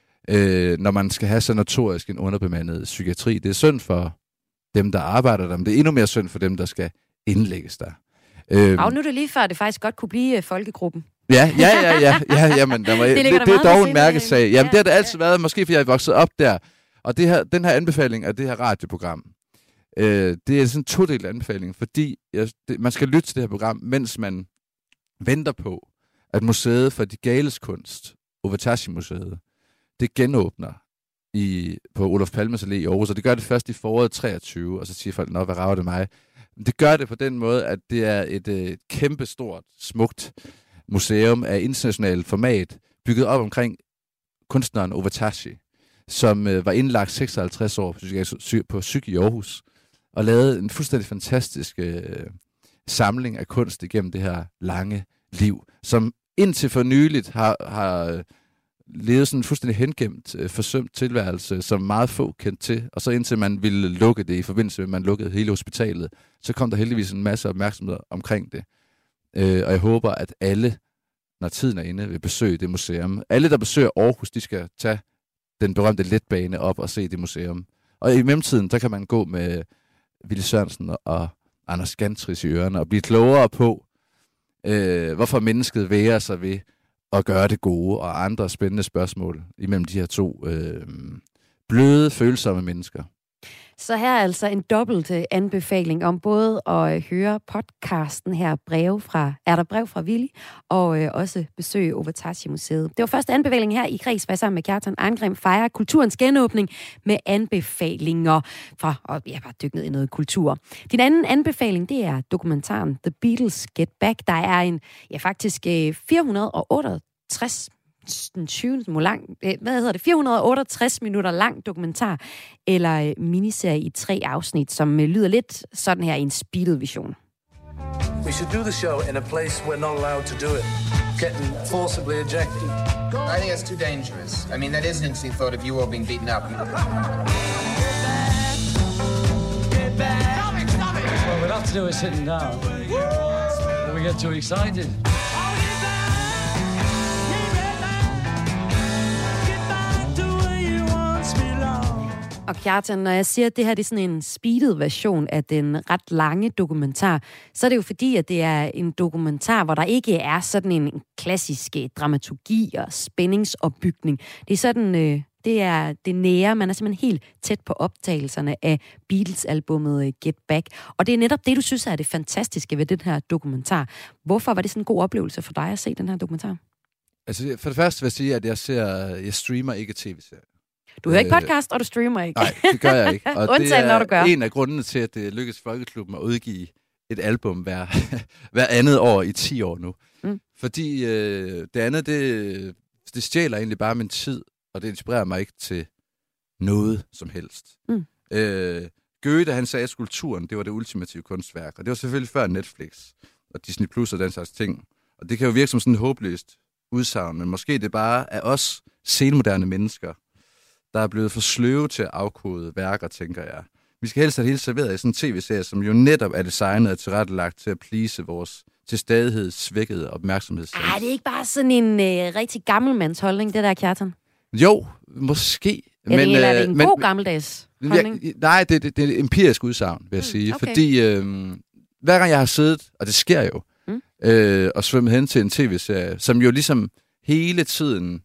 øh, når man skal have så notorisk en underbemandet psykiatri. Det er synd for dem, der arbejder der, men det er endnu mere synd for dem, der skal indlægges der. Øhm, Og nu er det lige før, at det faktisk godt kunne blive folkegruppen. Ja, ja, ja, ja, ja, jamen, der var, det, det, det, det er dog en mærkesag. Jamen, ja, det har det altid ja. været, måske fordi jeg er vokset op der. Og det her, den her anbefaling af det her radioprogram, øh, det er sådan en todelt anbefaling, fordi jeg, det, man skal lytte til det her program, mens man venter på, at Museet for de Gales Kunst, Overtashi-museet, det genåbner i, på Olof Palmes Allé i Aarhus, og det gør det først i foråret treogtyve, og så siger folk, nå, hvad rager det mig? Det gør det på den måde, at det er et, et kæmpestort, smukt museum af internationalt format, bygget op omkring kunstneren Overtashi, som øh, var indlagt seksoghalvtreds år på psyk, på psyk i Aarhus, og lavede en fuldstændig fantastisk øh, samling af kunst igennem det her lange liv, som indtil for nyligt har, har øh, levet sådan en fuldstændig hengemt, øh, forsømt tilværelse, som meget få kendte til, og så indtil man ville lukke det i forbindelse med, at man lukkede hele hospitalet, så kom der heldigvis en masse opmærksomhed omkring det. Øh, og jeg håber, at alle, når tiden er inde, vil besøge det museum. Alle, der besøger Aarhus, de skal tage den berømte letbane op og se det museum. Og i mellemtiden, der kan man gå med Villy Sørensen og Anders Gantris i ørerne og blive klogere på, øh, hvorfor mennesket væger sig ved at gøre det gode, og andre spændende spørgsmål imellem de her to øh, bløde, følsomme mennesker. Så her er altså en dobbelt anbefaling om både at høre podcasten her, brev fra, er der brev fra Villy, og øh, også besøge Overtashi-museet. Det var første anbefaling her i Kreds, hvor jeg sammen med Kjartan Arngrim fejrer kulturens genåbning med anbefalinger fra, og jeg har dykket i noget kultur. Din anden anbefaling, det er dokumentaren The Beatles Get Back. Der er en, ja faktisk øh, fire hundrede otteogtres den tyvende lang, hvad hedder det, fire hundrede otteogtres minutter lang dokumentar, eller miniserie i tre afsnit, som lyder lidt sådan her i en speedet vision. We should do the show in a place we're not allowed to do it. Getting forcibly ejected. I think that's too dangerous. I mean, that is an interesting thought of you all being beaten up. Well, we'd have to till we're sitting down. Then we get too excited. Og Kjartan, når jeg siger, at det her det er sådan en speedet version af den ret lange dokumentar, så er det jo fordi, at det er en dokumentar, hvor der ikke er sådan en klassisk dramaturgi og spændingsopbygning. Det er sådan, øh, det er det nære, man er simpelthen helt tæt på optagelserne af Beatles-albummet Get Back. Og det er netop det, du synes er det fantastiske ved den her dokumentar. Hvorfor var det sådan en god oplevelse for dig at se den her dokumentar? Altså, for det første vil jeg sige, at jeg ser, jeg streamer ikke tv-serier. Du hører ikke podcast, og du streamer ikke. Nej, det gør jeg ikke. Og Undtagen, det når du gør. er en af grundene til, at det lykkedes Folkeklubben at udgive et album hver, hver andet år i ti år nu. Mm. Fordi øh, det andet, det, det stjæler egentlig bare min tid, og det inspirerer mig ikke til noget som helst. Mm. Øh, Goethe, han sagde, at skulpturen, det var det ultimative kunstværk, og det var selvfølgelig før Netflix og Disney Plus og den slags ting. Og det kan jo virke som sådan et håbløst udsagn, men måske det bare er os senmoderne mennesker, der er blevet for sløve til at afkode værker, tænker jeg. Vi skal helst have det hele serveret i sådan en tv-serie, som jo netop er designet og tilrettelagt til at please vores til stadighed svækkede opmærksomhed. Ej, det er ikke bare sådan en øh, rigtig gammelmands holdning, det der, Kjartan? Jo, måske. Ja, men, eller er det en men, god gammeldags holdning? Ja, nej, det, det, det er et empirisk udsagn, vil jeg mm, sige. Okay. Fordi øh, hver gang jeg har siddet, og det sker jo, mm. øh, og svømmet hen til en tv-serie, som jo ligesom hele tiden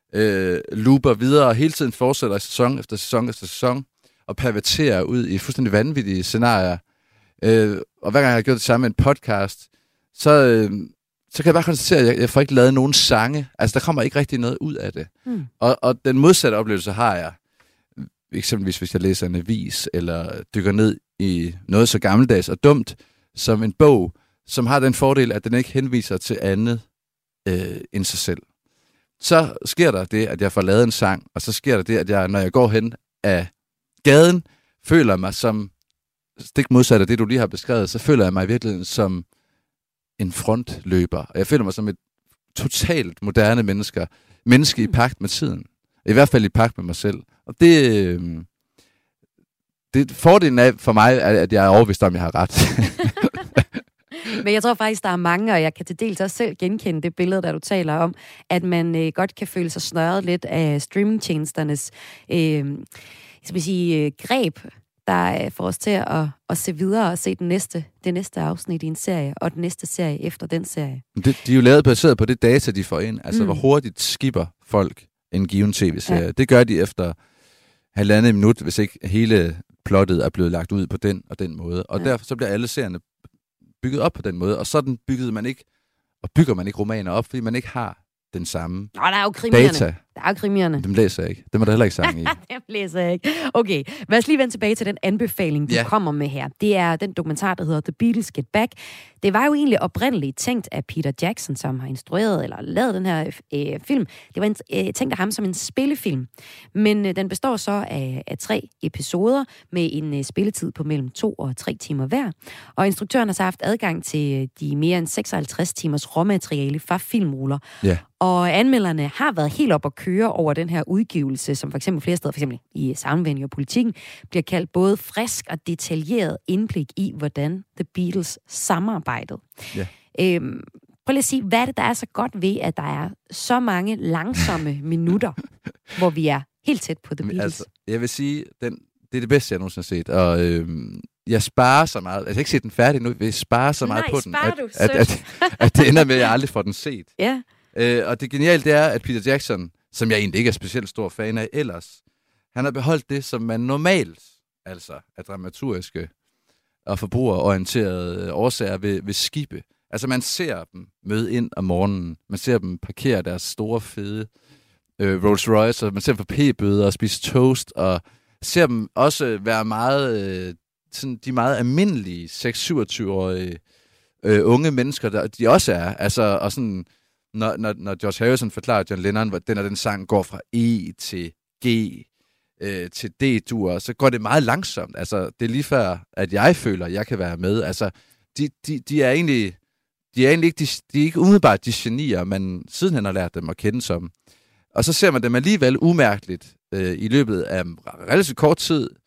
øh, looper videre, og hele tiden fortsætter sæson efter sæson efter sæson, og perverterer ud i fuldstændig vanvittige scenarier. Øh, og hver gang jeg har gjort det samme med en podcast, så, øh, så kan jeg bare konstatere, at jeg, jeg får ikke lavet nogen sange. Altså, der kommer ikke rigtig noget ud af det. Mm. Og, og den modsatte oplevelse har jeg, eksempelvis hvis jeg læser en avis, eller dykker ned i noget så gammeldags og dumt, som en bog, som har den fordel, at den ikke henviser til andet øh, end sig selv. Så sker der det, at jeg får lavet en sang, og så sker der det, at jeg, når jeg går hen af gaden, føler mig som, stik modsat af det, du lige har beskrevet, så føler jeg mig i virkeligheden som en frontløber. Og jeg føler mig som et totalt moderne menneske, menneske i pagt med tiden. I hvert fald i pagt med mig selv. Og det, øh, det fordelen af for mig, er, at jeg er overbevist om, at jeg har ret. Men jeg tror faktisk, der er mange, og jeg kan til dels også selv genkende det billede, der du taler om, at man øh, godt kan føle sig snørret lidt af streamingtjenesternes øh, skal vi sige, øh, greb, der får os til at, at se videre og se den næste, det næste afsnit i en serie, og den næste serie efter den serie. Det, de er jo lavet baseret på det data, de får ind. Altså, mm. hvor hurtigt skipper folk en given tv-serie. Ja. Det gør de efter halvandet minut, hvis ikke hele plottet er blevet lagt ud på den og den måde. Og ja. Derfor så bliver alle serierne bygget op på den måde, og sådan byggede man ikke, og bygger man ikke romaner op, fordi man ikke har den samme Nå, der er jo krimierne. data. Der er jo krimierne. Dem læser jeg ikke. Dem er der heller ikke sang i. Dem læser jeg ikke. Okay, lad os lige vende tilbage til den anbefaling, du ja. kommer med her. Det er den dokumentar, der hedder The Beatles Get Back. Det var jo egentlig oprindeligt tænkt af Peter Jackson, som har instrueret eller lavet den her øh, film. Det var en, øh, tænkt af ham som en spillefilm. Men øh, den består så af, af tre episoder med en øh, spilletid på mellem to og tre timer hver. Og instruktøren har så haft adgang til de mere end seksoghalvtreds timers råmateriale fra filmruller. Ja. Og anmelderne har været helt op at køre over den her udgivelse, som for eksempel flere steder, for eksempel i Soundvenue og Politikken, bliver kaldt både frisk og detaljeret indblik i, hvordan The Beatles samarbejdede. Ja. Øhm, prøv lige at sige, hvad er det, der er så godt ved, at der er så mange langsomme minutter, hvor vi er helt tæt på The Beatles? Altså, jeg vil sige, den, det er det bedste, jeg nogensinde har set, og øhm, jeg sparer så meget, jeg har ikke set den færdig nu, jeg sparer så meget Nej, på den, at, at, at, at, at det ender med, at jeg aldrig får den set. Ja. Øh, og det geniale, det er, at Peter Jackson, som jeg egentlig ikke er specielt stor fan af ellers, han har beholdt det, som man normalt, altså af dramaturgiske og forbrugerorienterede årsager ved, ved skibe. Altså man ser dem møde ind om morgenen, man ser dem parkere deres store, fede øh, Rolls Royce, og man ser dem få p-bøder og spise toast, og ser dem også være meget, øh, sådan, de meget almindelige seks til syvogtyve-årige øh, unge mennesker, der de også er. Altså, og sådan... Når, når, når George Harrison forklarer John Lennon, hvor den og den sang går fra E til G øh, til D-dur, så går det meget langsomt. Altså, det er lige før, at jeg føler, at jeg kan være med. Altså, de, de, de er egentlig, de er egentlig ikke, de, de er ikke umiddelbart de genier, man sidenhen har lært dem at kende som. Og så ser man dem alligevel umærkeligt øh, i løbet af relativt kort tid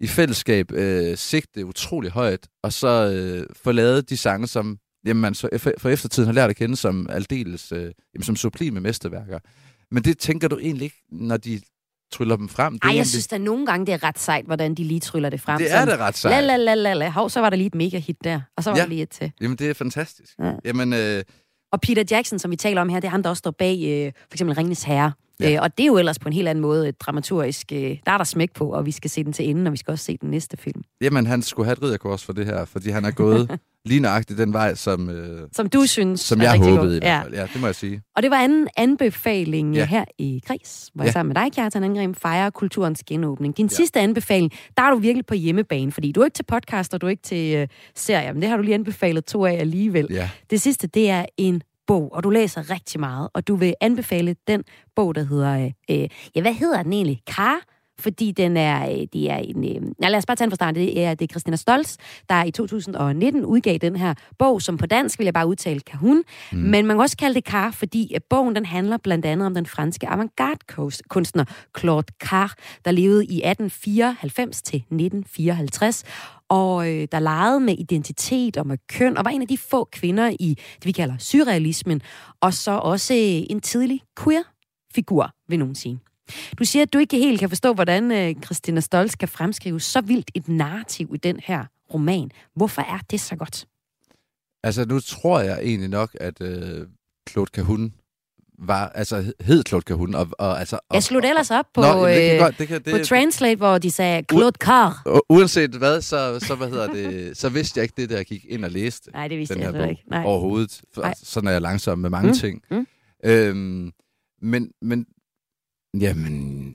i fællesskab øh, sigte utrolig højt, og så øh, få lavet de sange, som jamen, man så for, for eftertiden har lært at kende som aldeles, øh, jamen, som sublime mesterværker. Men det tænker du egentlig ikke, når de tryller dem frem? Ej, jeg synes da nogle gange, det er ret sejt, hvordan de lige tryller det frem. Det er det ret sejt. La, la, la, la, la. Hov, så var der lige et mega hit der, og så var ja. der lige et til. Jamen, det er fantastisk. Ja. Jamen, øh... Og Peter Jackson, som vi taler om her, det er ham, der også står bag øh, for eksempel Ringenes Herre. Ja. Øh, og det er jo ellers på en helt anden måde et dramaturgisk. Øh, der er der smæk på, og vi skal se den til enden, og vi skal også se den næste film. Jamen, han skulle have et ridderkors for det her, fordi han er gået lige nøjagtigt den vej, som... Øh, som du synes Som jeg håbede god. i hvert fald. Ja. ja, det må jeg sige. Og det var anden anbefaling ja. her i Græs, hvor jeg ja. sammen med dig, Kjartan Angrem, fejrer kulturens genåbning. Din ja. sidste anbefaling, der er du virkelig på hjemmebane, fordi du er ikke til podcast, og du er ikke til øh, serier, men det har du lige anbefalet to af alligevel. Ja. Det sidste, det er en bog, og du læser rigtig meget, og du vil anbefale den bog, der hedder, øh, ja, hvad hedder den egentlig? Kar? Fordi den er, det er en, øh, ja, lad os bare tage den fra starten, det er, det er Christina Stoltz, der i to tusind nitten udgav den her bog, som på dansk vil jeg bare udtale Kahun, mm. men man kan også kalde det Kar, fordi bogen den handler blandt andet om den franske avantgarde-kunstner Claude Car, der levede i atten fireoghalvfems til nitten fireoghalvtreds, og øh, der legede med identitet og med køn, og var en af de få kvinder i det, vi kalder surrealismen, og så også en tidlig queer-figur, vil nogen sige. Du siger, at du ikke helt kan forstå, hvordan øh, Christina Stoltz kan fremskrive så vildt et narrativ i den her roman. Hvorfor er det så godt? Altså, nu tror jeg egentlig nok, at øh, Claude Cahun var, altså hed Claude Cahun. Og, og, altså, og, jeg slog det ellers op på, Nå, det kan øh, godt, det kan, det, på Translate, hvor de sagde Claude Car. U- uanset hvad, så, så, hvad hedder det, så vidste jeg ikke det, der jeg gik ind og læste. Nej, det vidste den jeg her bog, ikke. Nej. Overhovedet. For, Nej. Sådan er jeg langsom med mange mm. ting. Mm. Øhm, men, men, jamen...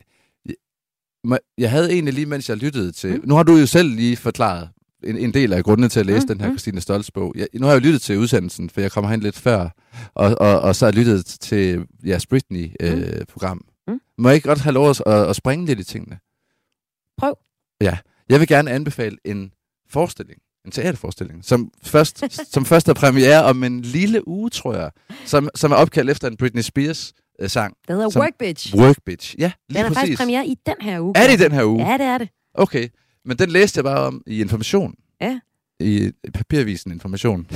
Jeg havde egentlig lige, mens jeg lyttede til... Mm. Nu har du jo selv lige forklaret en, en del af grundene til at læse mm. den her Christina Stoltz bog. Jeg, nu har jeg jo lyttet til udsendelsen, for jeg kommer hen lidt før, og, og, og så har jeg lyttet til jeres Britney-program. Øh, mm. Må jeg ikke godt have lov at, at springe lidt i tingene? Prøv. Ja. Jeg vil gerne anbefale en forestilling, en teaterforestilling, som først, som først er premiere om en lille uge, tror jeg, som, som er opkaldt efter en Britney Spears sang. Det hedder som, Work Bitch. Work Bitch, ja, lige den er præcis. faktisk premiere i den her uge. Er det i den her uge? Ja, det er det. Okay, men den læste jeg bare om i Information. Ja. I papiravisen Information.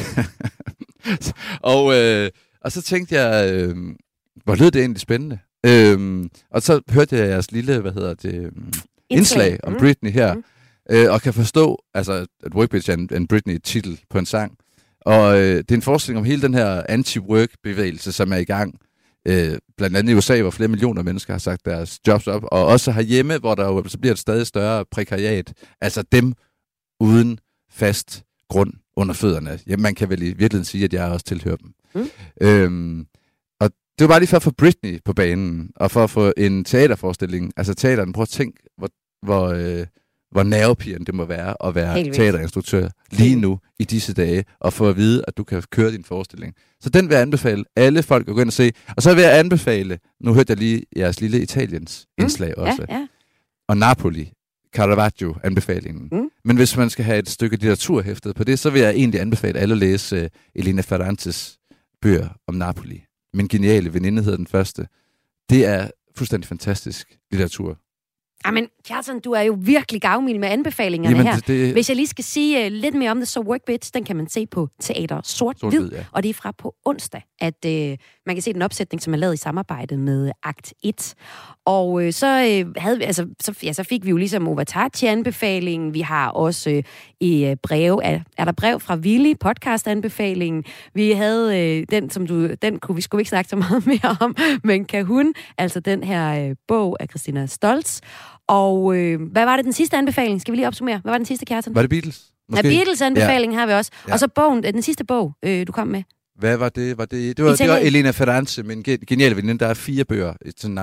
og, øh, og så tænkte jeg, øh, hvor lød det egentlig spændende. Øh, og så hørte jeg jeres lille, hvad hedder det, indslag, indslag om mm. Britney her, mm. øh, og kan forstå, altså, at Work Bitch er en, en Britney-titel på en sang. Og øh, det er en forestilling om hele den her anti-work-bevægelse, som er i gang. Øh, blandt andet i U S A, hvor flere millioner mennesker har sagt deres jobs op, og også herhjemme, hvor der jo så bliver et stadig større prekariat. Altså dem uden fast grund under fødderne. Jamen, man kan vel i virkeligheden sige, at jeg også tilhører dem. Mm. Øhm, og det var bare lige for at få Britney på banen, og for at få en teaterforestilling. Altså teateren, prøv at tænke, hvor, hvor, øh, hvor nervepirrende det må være at være teaterinstruktør lige nu i disse dage, og få at vide, at du kan køre din forestilling. Så den vil jeg anbefale alle folk at gå ind og se. Og så vil jeg anbefale, nu hørte jeg lige jeres lille Italiens indslag mm, også, ja, ja. og Napoli, Caravaggio-anbefalingen. Mm. Men hvis man skal have et stykke litteratur hæftet på det, så vil jeg egentlig anbefale alle at læse uh, Elena Ferrantes bøger om Napoli. Min geniale veninde hedder den første. Det er fuldstændig fantastisk litteratur. Jamen, Kjartan, du er jo virkelig gavmild med anbefalingerne Jamen, her. Det, det... Hvis jeg lige skal sige uh, lidt mere om det, så Work Bitch, den kan man se på Teater Sort-Hvid, Sort ja. Og det er fra på onsdag, at uh, man kan se den opsætning, som er lavet i samarbejde med Akt et. Og uh, så, uh, havde vi, altså, så, ja, så fik vi jo ligesom Overtachi-anbefalingen, vi har også uh, i uh, brev, er, er der brev fra Willy, podcast-anbefalingen, vi havde uh, den, som du, den kunne vi sgu ikke snakke så meget mere om, men Kahun, altså den her uh, bog af Christina Stoltz. Og øh, hvad var det den sidste anbefaling? Skal vi lige opsummere? Hvad var den sidste, Kjartan? Var det Beatles? Måske? Ja, Beatles anbefaling ja. har vi også. Ja. Og så bogen, den sidste bog, øh, du kom med. Hvad var det? Var det, det, var, det var Elena Ferrante, min geniale veninde. Der er fire bøger til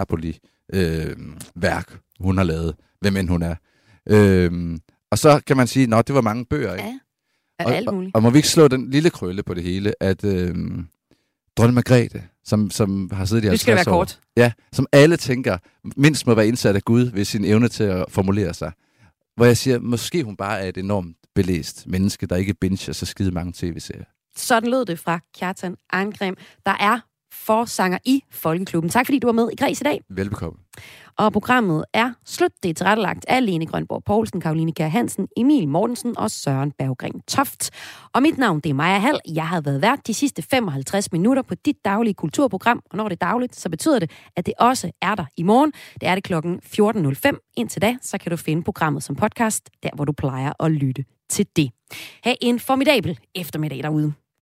Napoli-værk, øh, hun har lavet. Hvem end hun er. Øh, og så kan man sige, nå, det var mange bøger, ikke? Ja, og, alt muligt. Og, og må vi ikke slå den lille krølle på det hele, at øh, dronning Margrethe, som, som har siddet i halvtreds år. Nu skal det være kort. Ja, som alle tænker, mindst må være indsat af Gud ved sin evne til at formulere sig. Hvor jeg siger, måske hun bare er et enormt belæst menneske, der ikke binger så skide mange tv-serier. Sådan lød det fra Kjartan Angrem, der er forsanger i Folkeklubben. Tak fordi du var med i Græs i dag. Velbekomme. Og programmet er slut. Det er tilrettelagt af Lene Grønborg Poulsen, Karoline Kjær Hansen, Emil Mortensen og Søren Berggren Toft. Og mit navn, det er Maja Hall. Jeg har været vært de sidste femoghalvtreds minutter på dit daglige kulturprogram. Og når det er dagligt, så betyder det, at det også er der i morgen. Det er det klokken fjorten nul fem. Indtil da, så kan du finde programmet som podcast, der hvor du plejer at lytte til det. Ha' en formidabel eftermiddag derude.